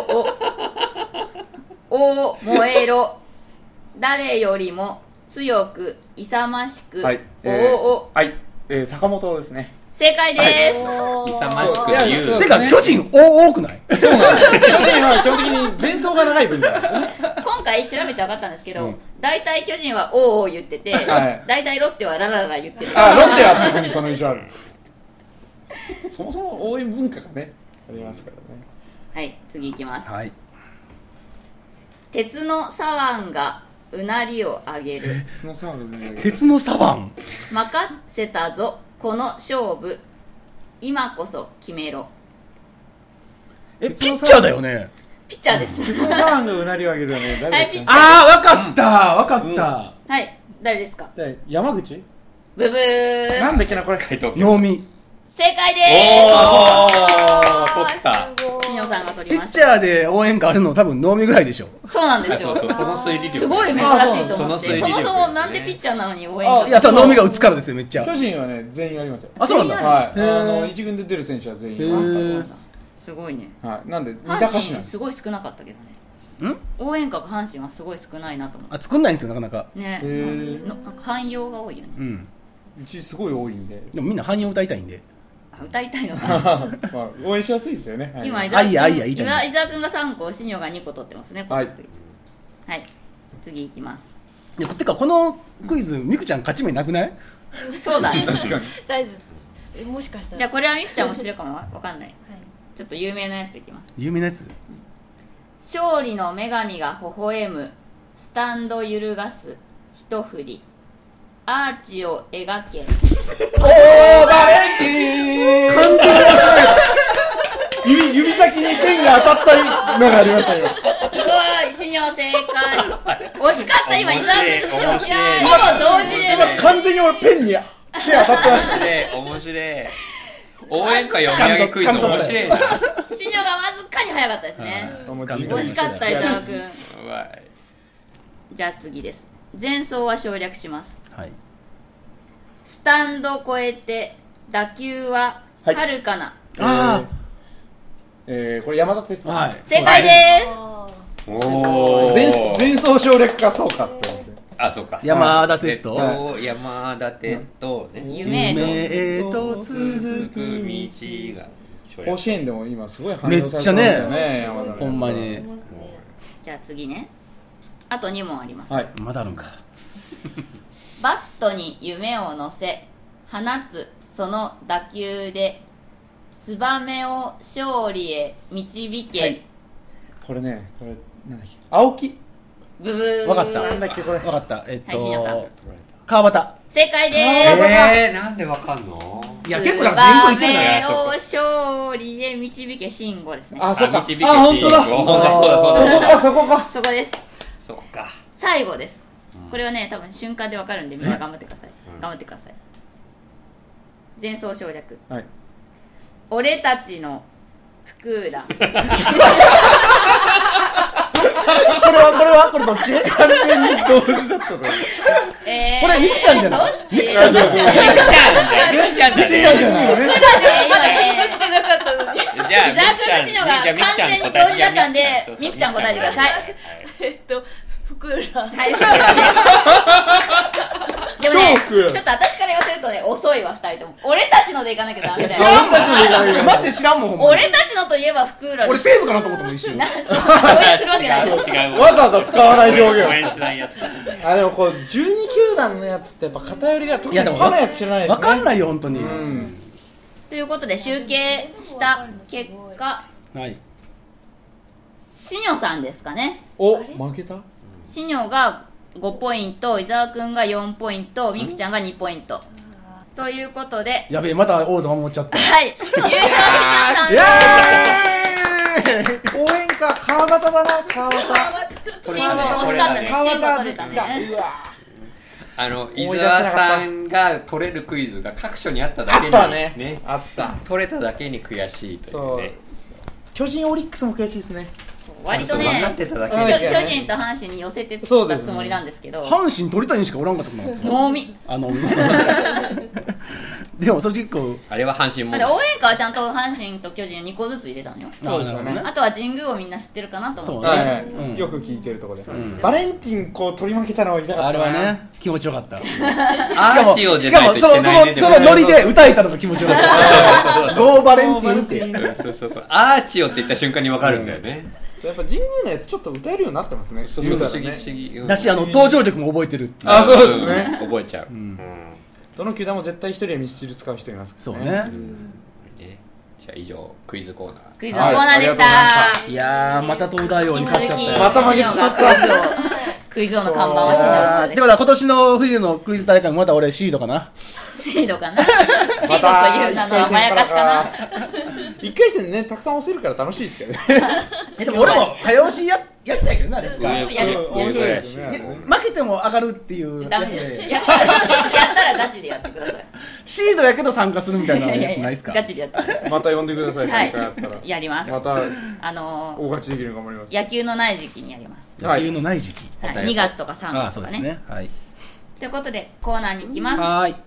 おーおー燃えろ誰よりも強く勇ましく、 はいおーおーはいえー坂本ですね正解です、 勇ましくいや言うそうてか巨人お多くない？ 巨人は基本的に前走が長い分じゃないですね今回調べて分かったんですけど、 うん大体巨人はおーおー言ってて、 はい大体ロッテはラララ言ってる。 あロッテは特にその印象あるそもそも応援文化がねありますからね。 はい次いきます、 はい。 鉄の左腕がうなりを上げる鉄のサーブね。 鉄の左腕。 任せたぞこの勝負今こそ決めろ。 えピッチャーだよね。 ピッチャーです鉄のサーブがうなりを上げるよね。誰だっけ？ はいピッチャーああわかったわかった。 はい誰ですか？ で山口？ ブブーなんだっけなこれ。 回答能見。 正解でおーー取ったす。しのさんが取ピりました。 ッチャーで応援歌あるの多分能見ぐらいでしょ。 そうなんですよ。 そうそうその推理力すごい珍しいと思って。 その推理そ力もそもなんでピッチャーなのに応援あ歌。 いやそれ能見が打つからですよめっちゃ。 巨人はね全員ありますよ。 あそうなんだ。 全員はい。 へーあの一軍で出る選手は全員へいます。 ーすごいね。 はい。なんで似た阪歌手なんです。 神すごい少なかったけどね。 ん応援歌が阪神はすごい少ないなと思っあ作んないんですよなかなか。 て。ね。 へーのなんか汎用が多いよね。 うん。 うちすごい多いんで。 でもみんな汎用歌いたいんで。 あ歌いたいのか。 まあ応援しやすいですよね。はい今伊あいやあい沢君や言いたいんです伊沢君がさんこ、シニョがにこ取ってますね。 はいこのクイズはい。次いきます。 いやてかこのクイズみくちゃん勝ち目なくない？ そうだね。 確かに。 大丈夫。えもしかしたら。 じゃあこれはみくちゃんも知ってるかもわかんない。 はい。 ちょっと有名なやついきます。 有名なやつ？ 勝利の女神が微笑むスタンド揺るがす一振りアーチを描け。 おーバレンティーン。 完全に指指先にペンが当たったのがありましたよ。 すごいシニョ正解。惜しかった今伊沢君とシニョ面白いほぼ同時で今完全に俺ペンに手当たってました。 面白い面白い応援歌読み上げクイズ面白いな。 シニョがわずかに早かったですね。惜しかった伊沢君。 うまいじゃあ次です。前奏は省略します。 はい。 スタンド越えて打球は遥かな、 あえー、これ山田哲あ。はい。 正解です。 あおー前前奏省略かそうかって思って。 あそうか山田テスト。 と山田テとね夢へと夢へと続く道が甲子園でも今すごい反応されてますよめっちゃね。 ね山田のほんまにー。 じゃあ次ね。あとに問あります。 はい。 まだあるんか。 バットに夢を乗せ放つその打球でツバメを勝利へ導け、 はいこれねこれなんだっけ青木ブブー。 わかったなんだっけこれわかった。えっはいしのさんと川端。 正解でえー、なんでわかんのいやす。 結構なんか全部言ってるんだツよ。 バメを勝利へ導け慎吾ですね。 あそうかあ導けあ本当だ信号そうだそうだそうだそこかそこか。 そこです。 そうか最後です。これはね多分瞬間でわかるんでみんな頑張ってください、 うん頑張ってください。前奏省略。 はい。 俺たちの福浦これはこれはこれどっち？ 完全に同時だったと思う。 えー、 これみくちゃんじゃないどっち？ みくちゃんじゃないみくちゃんだみくちゃんだみくちゃんじゃないよね。 今ね来てなかったのに。 じゃあ伊沢君とシノが完全に同時だったんでみくちゃん答えてください。 えっと福浦。 はいでもね、 超福浦ちょっと私から言わせるとね遅いわふたりとも。俺たちのでいかなきゃダメだ知よ。 らんもん。マジで知らんもんほんまに。 俺たちのといえば福浦俺です。 西武かなと思ったもん一瞬。 なそう応援するわけない違う違うわざわざ使わない表現応援しないやつあでもこうじゅうに球団のやつってやっぱ偏りが特にいやでもパなやつ知らないですね。 わかんないよ本当に。 うん。 ということで集計した結果はい。 シニョさんですかね。 お負けた？ シニョがごポイント、伊沢くんがよんポイント、みくちゃんがにポイントということで、 やべえまた王座守っちゃった。 はい優勝シニョさんイです。 エーイ。 応援歌川端だな川端。 シンゴ惜しかったね。 川シンゴ端取れた出た。 ね。 うわ。 あの伊思い出せなかった沢さんが取れるクイズが各所にあっただあけにったね。 ねあった。 取れただけに悔しいといそううね。 巨人オリックスも悔しいですね。 割と分かっね、 てただけ巨でうん巨人と阪神に寄せて作ったつもりなんですけど、 阪神鳥谷しかおらんかったかな。 能見。 あのでもそれ結構あれは阪神もだって応援歌はちゃんと阪神と巨人にこずつ入れたのよ。 そうですよねああとは神宮をみんな知ってるかなと思って。 そうねはいはい、 うんよく聞いてるところで、 そうですよバレンティンこう取り負けたのは痛かったな。 あれはね気持ちよかった。しアかもーチを出しかもそないといけないねのそのそのノリで歌えたのが気持ちよかった。ゴーバレンティンって。 そうそうそうアーチをって言った瞬間に分かるんだよね、 やっぱ神宮のやつちょっと歌えるようになってますね。 そうそう不思議言うたらね不思議、うんだしあの登場曲も覚えてるっていう。 あそうですねん覚えちゃう、 んうんどの球団も絶対一人はミスチル使う人いますからそうね。 うんねじゃあ以上クイズコーナークイズのコーナーでした、 はい、 いやーまた東大王に勝っちゃったよ。 また負けてしまったクイズ王の看板はシードです。 ってことは今年の冬のクイズ大会もまた俺シードかな。 シードかなシードという名のはまやかしかな。 一回戦ねたくさん押せるから楽しいですけどねでも俺も早押しややったんやけどな、レッカうんやる面白いですね。 負けても上がるっていうダメやつでですやったらやったらガチでやってください。 シードやけど参加するみたいなやついやいやないですか。 ガチでやってください。 また呼んでください。 はい大会やったらやります。 またあのー大勝ちできるように頑張ります。 野球のない時期にやります。 野球のない時期、 はい、にがつとかさんああがつとかね。 そうですね。はいということでコーナーに行きます。 はーい。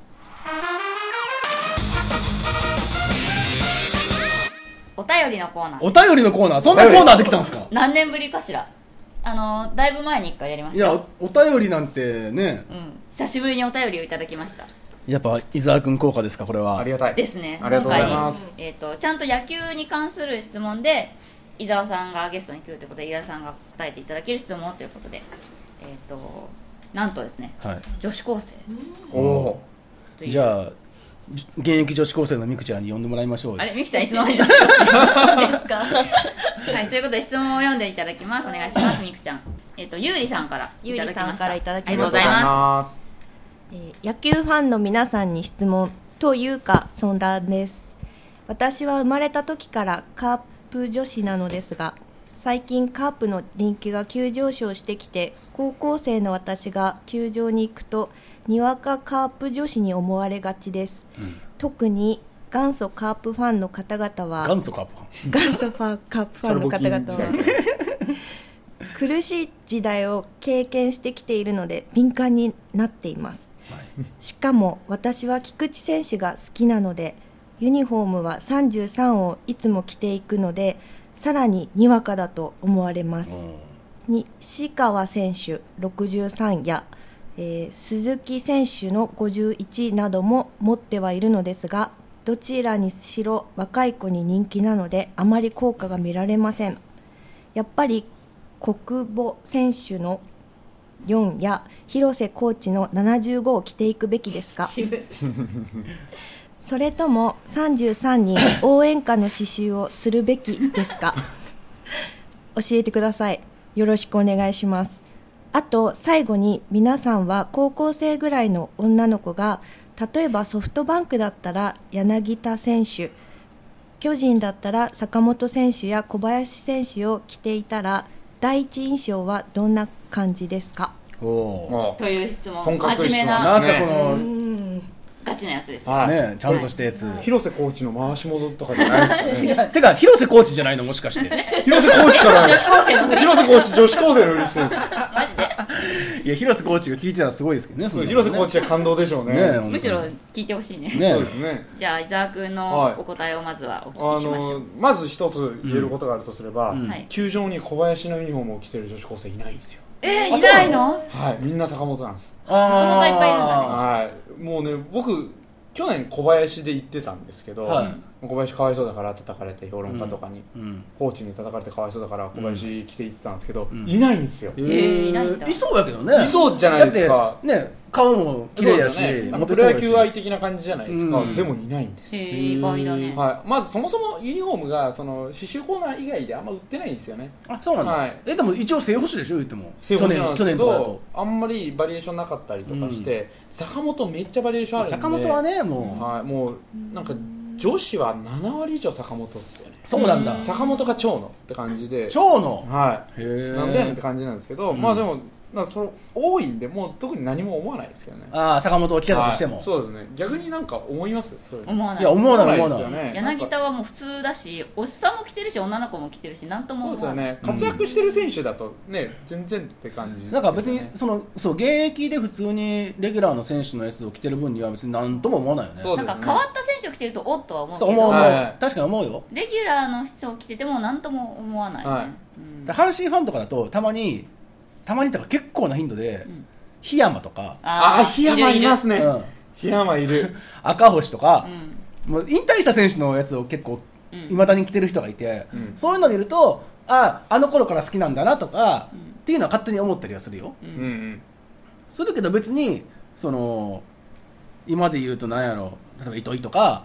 お便りのコーナー。 お便りのコーナー、そんなコーナーできたんですか。 何年ぶりかしら。あのーだいぶ前にいっかいやりましたよ。 いやお、お便りなんてね、 うん、久しぶりにお便りをいただきました。 やっぱ伊沢くん効果ですかこれは。 ありがたいですね。 ありがとうございます今回、えー、とちゃんと野球に関する質問で伊沢さんがゲストに来るということで伊沢さんが答えていただける質問ということで、えー、となんとですね、 はい。 女子高生おおというじゃあじ現役女子高生のみくちゃんに呼んでもらいましょう。 あれミキさんいつの間に女子高生ですかはいということで質問を読んでいただきます。お願いしますみくちゃん。えっ、とゆうりさんからいただきました。 ゆうりさんからいただきましたありがとうございます。 えー野球ファンの皆さんに質問というか相談です。私は生まれた時からカープ女子なのですが、最近カープの人気が急上昇してきて、高校生の私が球場に行くとにわかカープ女子に思われがちです、うん、特に元祖カープファンの方々は元祖カープファン元祖ファカープファンの方々は苦しい時代を経験してきているので敏感になっています、はい、しかも私は菊池選手が好きなのでユニフォームはさんじゅうさんをいつも着ていくのでさらににわかだと思われます。西川選手ろくじゅうさんや、えー、鈴木選手のごじゅういちなども持ってはいるのですが、どちらにしろ若い子に人気なのであまり効果が見られません。やっぱり国保選手のよんや広瀬コーチのななじゅうごを着ていくべきですかそれともさんじゅうさんに応援歌の刺繍をするべきですか教えてください。よろしくお願いします。あと最後に、皆さんは高校生ぐらいの女の子が例えばソフトバンクだったら柳田選手、巨人だったら坂本選手や小林選手を着ていたら第一印象はどんな感じですか。 おという質問。 本格質問真面目ななんすかこの、 ガチなやつですよ、 はいね、ちゃんとしたやつ、はい、 広瀬コーチの回し戻とかじゃないですかねてか広瀬コーチじゃないのもしかして広瀬コーチから女子高生のふり広瀬コーチ女子高生のふりしてるんですマジでいや広瀬コーチが聞いてたらすごいですけどね。そね広瀬コーチは感動でしょうね。 ねむしろ聞いてほしいね。 ねそうですね。 じゃあ伊沢君のお答えをまずはお聞きしましょう。 あのまず一つ言えることがあるとすれば、 うん球場に小林のユニフォームを着てる女子高生いないんですよ。 えー、いないの？ はい、みんな坂本なんです。 坂本いっぱいいるんだね。 はい、もうね僕去年小林で行ってたんですけど、はい、小林かわいそうだから叩かれて評論家とかに、うんうん、コーチに叩かれてかわいそうだから小林来て行ってたんですけど、うん、いないんですよ。 えー、いないんだ。 いそうやけどね。 いそうじゃないですか。 ね、顔も綺麗やし、 ね、あのプロ野球愛的な感じじゃないですか。うん、でもいないんです。 へー、意外だね。 はい、まずそもそもユニフォームがその刺繍コーナー以外であんま売ってないんですよね。 あ、そうなんだ。はい、えでも一応正捕手でしょ言っても。 正捕手なんですけど、あんまりバリエーションなかったりとかして、うん、坂本めっちゃバリエーションあるんで。 坂本はねもう、 はい、もうなんか女子はななわり以上坂本っすよね。 そうなんだ。 坂本が長野って感じで。 長野。 はい。 へー。 なんでやねんって感じなんですけど、うん、まあでも。なんかそれ多いんでもう特に何も思わないですけどね。 ああ坂本を来たとしても、 はい、そうですね。逆になんか思います。それ思わない。 いや思わない思わない。 ですよね。 柳田はもう普通だし、おっさんも来てるし女の子も来てるしなんとも思わない。 そうですよね。活躍してる選手だとね、うん、全然って感じ、ね。 なんか別にそのそう現役で普通にレギュラーの選手のやつを着てる分には別になんとも思わないよね。 そうですね。なんか変わった選手を着てるとおっとは思うけど。 そう思う思う、 はい、 確かに思うよ。 レギュラーの人を着ててもなんとも思わないね。はいうん、阪神ファンとかだとたまに。たまにとか結構な頻度で、うん、檜山とかああ檜山いますね。檜山いる赤星とか、うん、もう引退した選手のやつを結構いま、うん、だに着てる人がいて、うん、そういうのを見るとああの頃から好きなんだなとか、うん、っていうのは勝手に思ったりはするよ、うんうん、するけど別にその今で言うと何やろ例えば糸井とか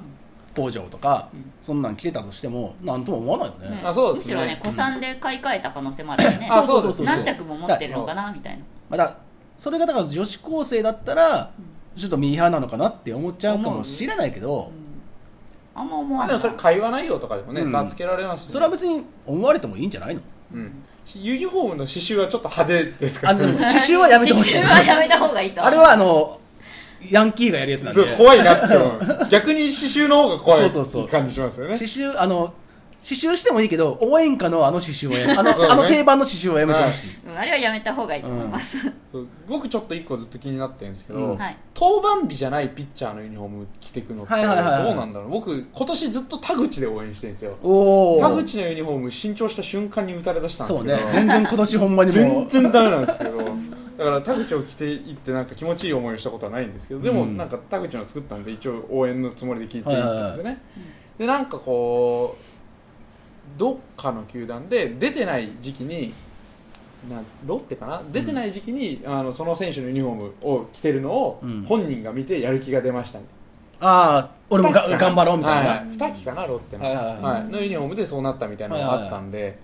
北条とか、うん、そんなん着てたとしてもなんとも思わないよね、 ねあそうですね、 むしろね古参で買い替えた可能性もあるよね、 うん、あそうそうそうそう何着も持ってるのかなみたいな、 まだそれがだから女子高生だったら、うん、ちょっとミーハーなのかなって思っちゃうかもしれないけど、 うん、あんま思わない。 でもそれ会話内容とかでもね、うん、差つけられますし、ね、 それは別に思われてもいいんじゃないの、 うん、ユニフォームの刺繍はちょっと派手ですから、ね、 あでも刺繍はやめてほしい刺繍はやめた方がいいとあれはあのヤンキーがやるやつなんで怖いなって思う逆に刺繍の方が怖いそうそうそう感じしますよね。 刺繍あの刺繍してもいいけど応援歌のあの刺繍をやめあの、ね、あの定番の刺繍をやめてほしい、 はい、あれはやめた方がいいと思います、 うん、僕ちょっと一個ずっと気になってるんですけど、 うんはい、 登板日じゃないピッチャーのユニフォーム着ていくのってどうなんだろう。僕今年ずっと田口で応援してるんですよ。田口のユニフォーム新調した瞬間に打たれ出したんですけど、 そうね全然今年ほんまにも全然ダメなんですけどだから田口を着ていってなんか気持ちいい思いをしたことはないんですけど、でもなんか田口の作ったので一応応援のつもりで聞いていったんですよね、はいはいはい、でなんかこうどっかの球団で出てない時期になロッテかな出てない時期に、うん、あのその選手のユニフォームを着てるのを本人が見てやる気が出ましたみたいな、 ああ俺もが頑張ろうみたいな、はい、 に期かなロッテの、 はいはいはいはい、のユニフォームでそうなったみたいなのがあったんで、はいはいはい、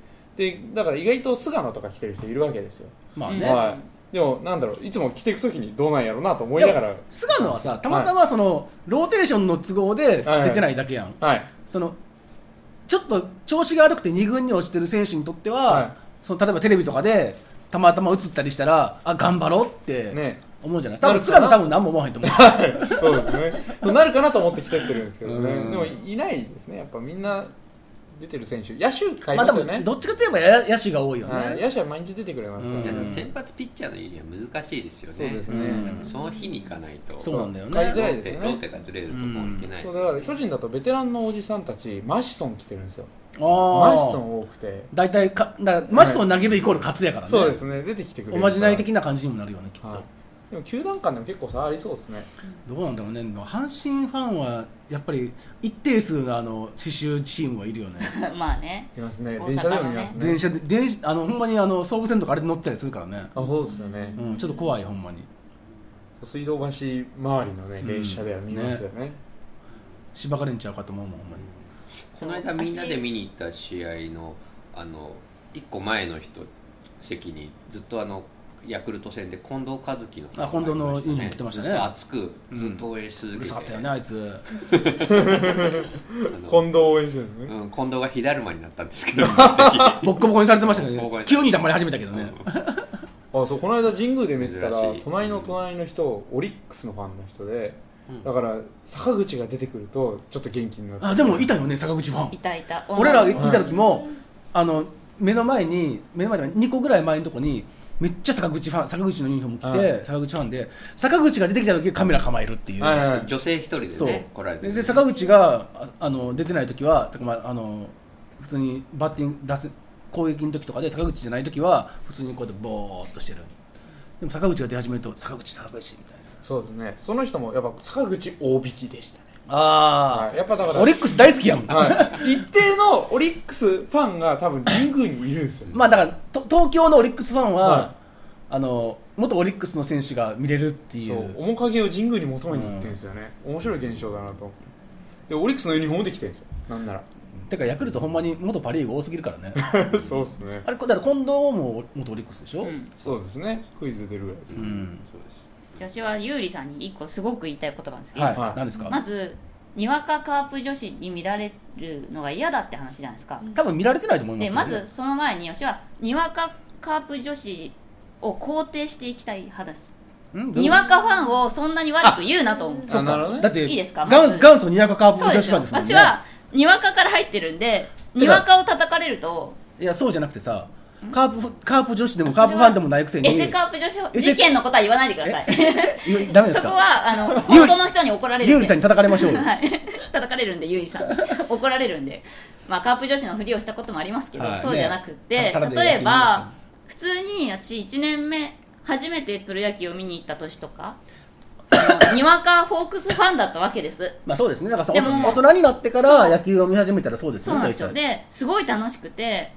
でだから意外と菅野とか着てる人いるわけですよ。 まあね、 はい、でもなんだろういつも着ていくときにどうなんやろうなと思いながら、 菅野はさたまたまその、はい、ローテーションの都合で出てないだけやん、 はいはい、 そのちょっと調子が悪くてに軍に落ちてる選手にとっては、はい、その例えばテレビとかでたまたま映ったりしたらあ頑張ろうって思うじゃないですか、ね、多分菅野多分何も思わへんと思うそうですねとなるかなと思って来てってるんですけどね、でもいないですねやっぱみんな出てる選手野手買いますよね、まあ、 どっちかといえば野手が多いよね、 はい、野手は毎日出てくれますからね、 うん、先発ピッチャーのユニは難しいですよね。 そうですね、 うん、その日に行かないとそうなんだよね、 買いづらいですよね。ローテがずれるともういけないです、 うん、だから巨人だとベテランのおじさんたちマシソン来てるんですよ。 あマシソン多くて大体かだマシソン投げるイコール勝つやからね、 そうですね出てきてくれるおまじない的な感じにもなるよねきっと、はい、 でも球団間でも結構差ありそうですね。 どうなんだろうね。阪神ファンはやっぱり一定数のあの刺繍チームはいるよねまあねいますね、電車でも見ますね。 電車で電あのほんまにあの総武線とかあれで乗ったりするからね。 あそうですよね、 うん、ちょっと怖いほんまに水道橋周りのね列車では見ますよね、うん、ねしばかれんちゃうかと思うもんほんまに。 この間みんなで見に行った試合のあのいっこまえの人席にずっとあのヤクルト戦で近藤和樹の、ね、 あ近藤のユニフォーム着てましたね。 ずっと熱くずっと応援し続けて、うん、うるさかったよねあいつ近藤応援してるね、 うん、近藤が火だるまになったんですけどボッコボコにされてましたけどね急に黙り始めたけどねあそうこの間神宮で見てたら隣の隣の人オリックスのファンの人で、うん、だから坂口が出てくるとちょっと元気になって。 あでもいたよね坂口ファン。 いたいた。 俺ら見た時も、はい、あの目の前に目の前でにこぐらい前のとこにめっちゃ坂口ファン坂口のユニフォーム着て、はい、坂口ファンで坂口が出てきた時カメラ構えるっていう、 はいはい、女性一人でね来られて、ね、 で坂口が あ, あの出てない時はまあ、あの普通にバッティング出す攻撃の時とかで坂口じゃない時は普通にこうやってボーっとしてる。でも坂口が出始めると坂口坂口みたいな。 そうですね。その人もやっぱ坂口大引きでしたね。 ああ、 はい、やっぱだからオリックス大好きやん、 はい、一定のオリックスファンが多分神宮にいるんですよ、ね、 まあだから東京のオリックスファンは、はい、あの元オリックスの選手が見れるっていう、 そう面影を神宮に求めに行ってるんですよね、うん、面白い現象だなと思って。でオリックスのユニフォームで来てるんですよなんなら。 てかヤクルトほんまに元パリーグ多すぎるからねそうですね。 あれだから近藤も元オリックスでしょ、うん、 そうですね。クイズで出るぐらいです、ね、うん、そうです。 私は優里さんに一個すごく言いたいことがあるんですけど、 はいはい、何ですか。 まずにわかカープ女子に見られるのが嫌だって話じゃないですか。 多分見られてないと思いますけど、ね、 でまずその前に私はにわかカープ女子を肯定していきたい派です。にわかファンをそんなに悪く言うなと思う。 そうか、ね、だっていいですか、 元祖元祖にわかカープ女子ファンですもんね。 私はにわかから入ってるんでにわかを叩かれると。 いやそうじゃなくてさ、カープカープ女子でもカープファンでもないくせにエセカープ女子事件のことは言わないでください。 ダメですか。 そこはあの本当の人に怒られるんで。 ゆうりさんに叩かれましょうよ。 はい叩かれるんでゆうりさん怒られるんで、まあ、カープ女子のふりをしたこともありますけど、はい、そうじゃなくて、ね、例えば普通に私いちねんめ初めてプロ野球を見に行った年とかにわかホークスファンだったわけです。 まあそうですね。だから大人になってから野球を見始めたらそうですよね。 そうなんですよ。ですごい楽しくて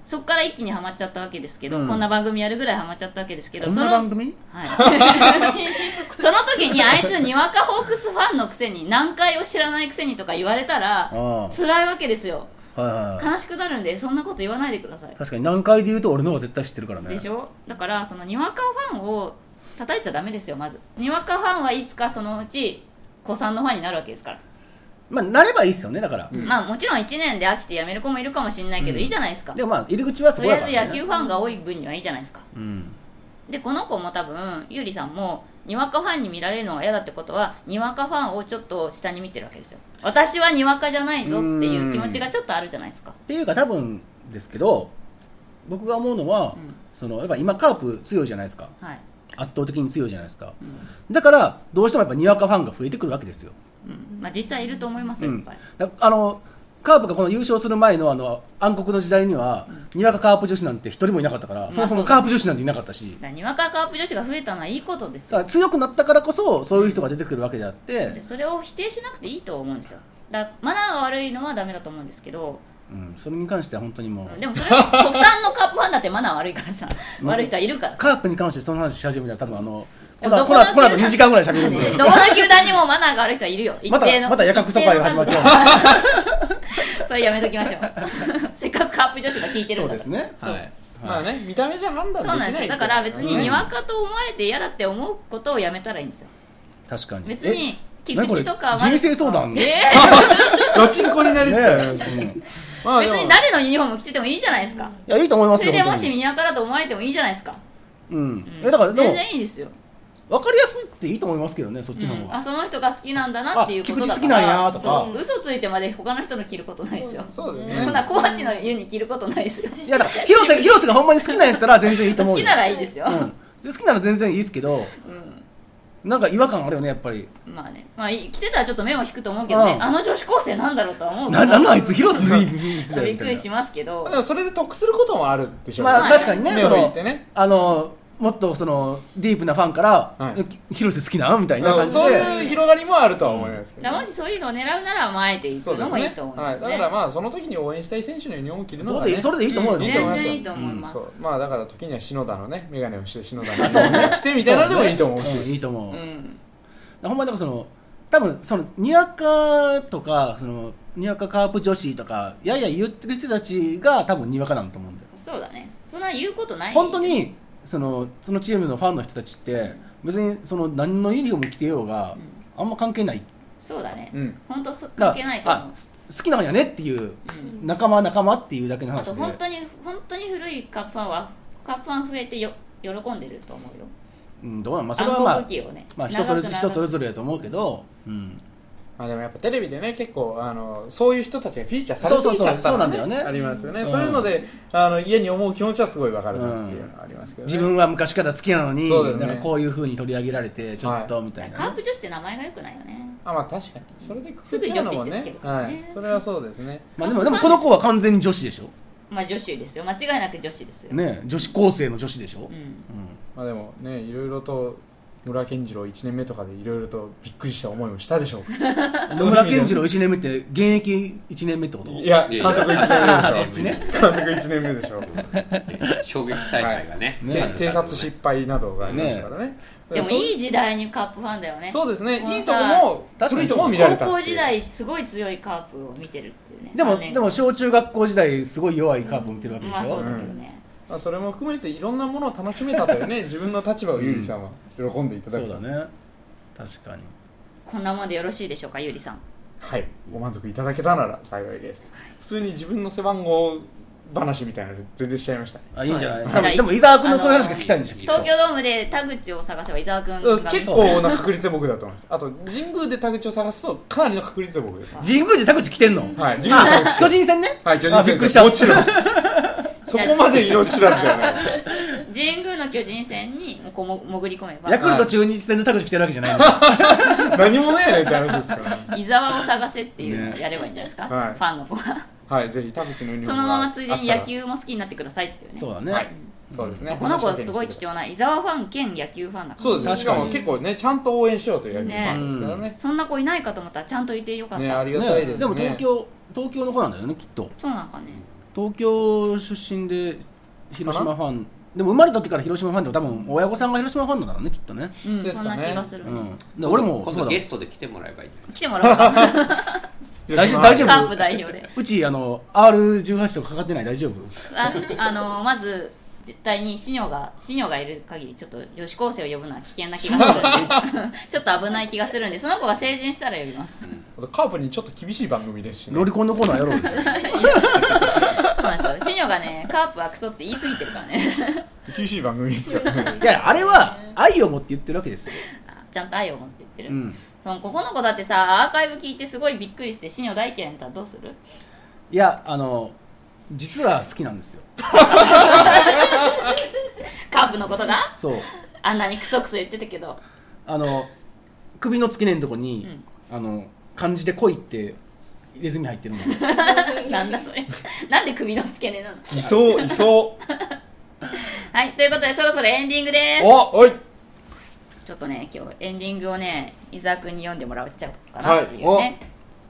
そこから一気にハマっちゃったわけですけど、 うん、 こんな番組やるぐらいハマっちゃったわけですけど、 こんな番組、 はい、その時にあいつにわかホークスファンのくせに南海を知らないくせにとか言われたら辛いわけですよ。はいはいはい、悲しくなるんでそんなこと言わないでください。 確かに南海で言うと俺の方が絶対知ってるからね。 でしょ。だからそのにわかファンを叩いちゃダメですよ。まずにわかファンはいつかそのうち子さんのファンになるわけですから。 まあなればいいっすよね。だから、 うん、まあもちろんいちねんで飽きて辞める子もいるかもしれないけど、うん、いいじゃないですか。 でもまあ入り口はそこだから、ね、 とりあえず野球ファンが多い分にはいいじゃないですか、うん、でこの子も多分ゆうりさんもにわかファンに見られるのが嫌だってことはにわかファンをちょっと下に見てるわけですよ。私はにわかじゃないぞっていう気持ちがちょっとあるじゃないですか。 っていうか多分ですけど僕が思うのは、うん、そのやっぱ今カープ強いじゃないですか、はい、圧倒的に強いじゃないですか、うん、だからどうしてもやっぱにわかファンが増えてくるわけですよ。 うんまあ、実際いると思いますよ、いっぱい。 あのカープがこの優勝する前のあの暗黒の時代には、うん、にわかカープ女子なんて一人もいなかったから、まあ、そもそもカープ女子なんていなかったし、 にわかカープ女子が増えたのはいいことですよ。 だから強くなったからこそそういう人が出てくるわけであって、 でそれを否定しなくていいと思うんですよ。だマナーが悪いのはダメだと思うんですけど、 うん、それに関しては本当にもうでもそれは国産のカープファンだってマナー悪いからさ悪い人はいるからさ。 カープに関してその話し始めたら多分あのこの後にじかんぐらい喋るんでどこの球団にもマナーがある人はいるよ。一定のまた夜角疎開が始まっちゃうそれやめときましょうせっかくカープ女子が聞いてるんだから。 そうですね、はい、 まあね見た目じゃ判断できない。 そうなんですよ。だから別ににわかと思われて嫌だって思うことをやめたらいいんですよ。 確かに別に菊池とか人生相談、 えー、ガチンコになりつつある、 ねうんまあ、別に誰のユニフォーム着ててもいいじゃないですか。 いやいいと思いますよ。 それでもしにわかだと思われてもいいじゃないですか。 うん、うん、えだからでも全然いいですよ。 分かりやすいっていいと思いますけどね、そっちの方が、 うん、あその人が好きなんだなっていうことだから。 菊池好きなんやとか嘘ついてまで他の人の着ることないですよ。 そうですね。 そんなコーチのユニ着ることないですよ。 いやだから広瀬広瀬がほんまに好きなんやったら全然いいと思うよ。 好きならいいですよ、うん、 好きなら全然いいですけど、うん、なんか違和感あるよねやっぱり。 まあね、まあ、着てたらちょっと目を引くと思うけどね、うん、あの女子高生なんだろうとは思う。 ななんあいつ広瀬びっくりしますけど、 でもそれで得することもあるでしょうね。 まあ確かにね、 目を引いてね、 あのもっとそのディープなファンから、はい、広瀬好きなみたいな感じでそういう広がりもあるとは思いますけど、 ね、もしそういうのを狙うならあえていくのもいいと思いますね。 はい、だからまあその時に応援したい選手のユニフォームを着るのが、ね、 それでいいと思うよ、うん、 全然いいと思います、うん、 そうまあだから時には篠田のねメガネをして篠田の着てみたいなのでもいいと思うし、 うん、いいと思う、うん、ほんまになんかその多分そのにわかとかそのにわかカープ女子とかやや言ってる人たちが多分にわかなんと思うんだよ。 そうだね、そんな言うことない。 本当にそのそのチームのファンの人たちって別にその何のユニフォーム着てようが、うん、あんま関係ない。 そうだね、 うん、 本当関係ないと思う。 好きなんやねっていう、うん、仲間仲間っていうだけの話で。 あと本当に本当に古いカープファンはカープファン増えてよ喜んでると思うよ。 うん、どうなん、まあ、それはまあ、 ね、 まあ人それ人それぞれだと思うけど、うん、 まあでもやっぱテレビでね結構あのそういう人たちがフィーチャーされてきちゃったのが、ね、ありますよね、うん、そういうのであの家に思う気持ちはすごい分かるなっていうのはありますけど、ね、 自分は昔から好きなのに、 ね、 なんかこういう風に取り上げられてちょっとみたいな、ね、 はい、カープ女子って名前が良くないよね。 あ、まあ確かにそれでくくっちゃうのもね、はい、それはそうですね。 まあでもでもこの子は完全に女子でしょ。 まあ女子ですよ、間違いなく女子ですよね。女子高生の女子でしょ、うんうん、 まあでもねいろいろと野村健次郎いちねんめとかでいろいろとびっくりした思いもしたでしょう。 野村健次郎いちねんめって現役いちねんめってこと？ いや監督いちねんめでしょ。 そっちね、 監督いちねんめでしょ。 衝撃再開がね、 はい、ね偵察失敗などがありましたからね。ねでもいい時代にカープファンだよね。 そうですね、いいとこも古いとこも見られた。 高校時代すごい強いカープを見てるっていうね。 でもでも小中学校時代すごい弱いカープを見てるわけでしょ、うん、 まあそうだけどね、 まあ、それも含めていろんなものを楽しめたというね自分の立場をゆうりさんは喜んでいただく、 うん、そうだね、確かに。 こんなもんでよろしいでしょうか、ゆうりさん。 はい、ご満足いただけたなら幸いです、はい、普通に自分の背番号話みたいなので全然しちゃいました、ね、 あ、いいんじゃない、はい、でも伊沢君のそういう話が聞きたいんですよ。 東京ドームで田口を探せば伊沢君が結構な確率で僕だと思います。あと神宮で田口を探すとかなりの確率で僕です。 神宮で田口来てんの？ はい、神宮で巨人戦ね。 はい、巨人戦。びっくりした。もちろんそこまで命知らずだよね。 神宮の巨人戦にこうも潜り込めばヤクルト中日戦で田口来てるわけじゃないんだ何者やねんって話ですから、 ね、伊沢を探せっていうのをやればいいんじゃないですか、ね、はい、ファンの子がはい、ぜひ田口のユニフォームそのままついでに野球も好きになってくださいっていうね。 そうだね、 はい、そうですね。 この子すごい貴重な伊沢ファン兼野球ファンだから。 そうですね。しかも結構ねちゃんと応援しようという野球ファンですからね、 ね、そんな子いないかと思ったらちゃんといてよかったね。ありがたいですね。 でも東京東京の子なんだよねきっと。 そうなんかね。 東京出身で広島ファンでも生まれた時から広島ファンでも多分親御さんが広島ファンなんだろうねきっとね、 うん、そんな気がする、ねうん、で俺も今度ゲストで来てもらえばいい。 来てもらおうか大丈夫大丈夫。 カープ代表でうちあの アールじゅうはち とかかかってない大丈夫？ あ, あのまず絶対にシニョがシニョがいる限りちょっと女子高生を呼ぶのは危険な気がするんでちょっと危ない気がするんでその子が成人したら呼びます、 うん、カープにちょっと厳しい番組ですし、ね、 ロリコンのコーナーやろうそうなんですよ。シニョがねカープはクソって言い過ぎてるからね厳しい番組ですからね。 いやあれは愛を持って言ってるわけですよ。 ちゃんと愛を持って言ってる、 うん、 そのここの子だってさアーカイブ聞いてすごいびっくりしてシニョ大嫌いになったらどうする？ いやあの実は好きなんですよカープのことがそうあんなにクソクソ言ってたけどあの首の付け根のとこに、うん、あの漢字で恋って入れ墨入ってるのなんだそれなんで首の付け根なの？ いそういそうはいということでそろそろエンディングです。 おおいちょっとね今日エンディングをね伊沢くんに読んでもらっちゃおうかなっていうね、はい、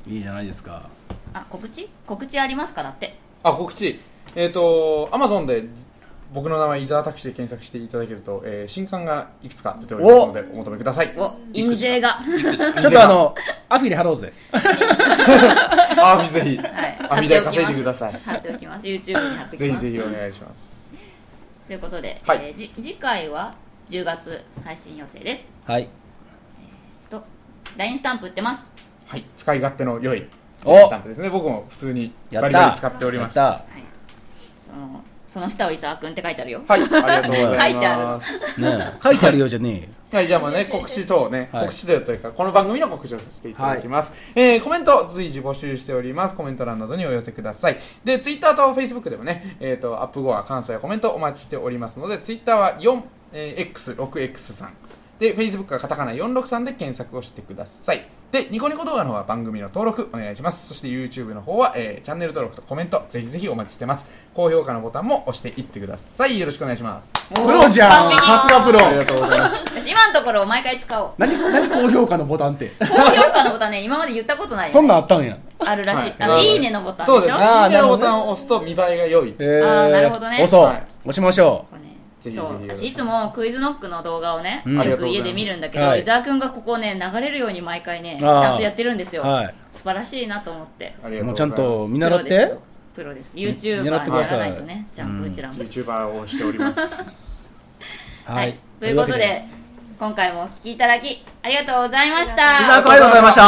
いいじゃないですか。 あ告知告知ありますか？だってあ告知えっ、ー、と Amazon で僕の名前伊沢拓司で検索していただけると、えー、新刊がいくつか出ておりますのでお求めください。 お印税がちょっとあのアフィで貼ろうぜアフィぜひ、はい、アフィで稼いでください。 貼っておきます YouTube に貼っておきますぜひぜひお願いします。 ということで、 はい、 えー、じ次回はじゅうがつ配信予定です。 はい。えー、っと ライン スタンプ売ってます。 はい。使い勝手の良いスタンプですね。僕も普通にバリバリ使っております。 やった。 はい。そのその下を伊沢くんって書いてあるよ。 はい。ありがとうございます。 書いてある。 ね書いてあるよじゃねえ。 はい、じゃあもうね告知等ね、はい、告知というかこの番組の告知をさせていただきます。はい、えー、コメント随時募集しております。コメント欄などにお寄せください。で、ツイッターとフェイスブックでもね、えっ、ー、とアップ後は感想やコメントお待ちしておりますので、ツイッターは よんエックスろくエックス さんで、フェイスブックはカタカナよんろくさんで検索をしてください。で、ニコニコ動画の方は番組の登録お願いします。そして YouTube の方は、えー、チャンネル登録とコメントぜひぜひお待ちしてます。高評価のボタンも押していってください。よろしくお願いします。 プロじゃん、さすがプロ。 ありがとうございます。 今のところ毎回使おう。 何何高評価のボタンって？ 高評価のボタンね今まで言ったことないよ、ね。 そんなんあったんや。 あるらしい。はい、あのいいねのボタンでしょ。 そうですね。いいねのボタンを押すと見栄えが良い。 えー、 あなるほどね。 押そう、 はい、 押しましょう。 ぜひぜひそう私いつもクイズノックの動画をね、 うん、 よく家で見るんだけど、 はい、 伊沢くんがここね流れるように毎回ねちゃんとやってるんですよ、はい、素晴らしいなと思って。 ありがとうございます。もうちゃんと見習って。 プロです YouTuber にならないとねちゃんとうちらも、うん、 YouTuber をしておりますはい、 はい、ということで今回もお聞きいただきありがとうございました。 伊沢くんありがとうございました。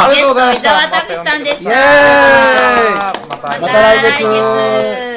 ゲスト伊沢拓司さんでした。 イエーイ。 また来月。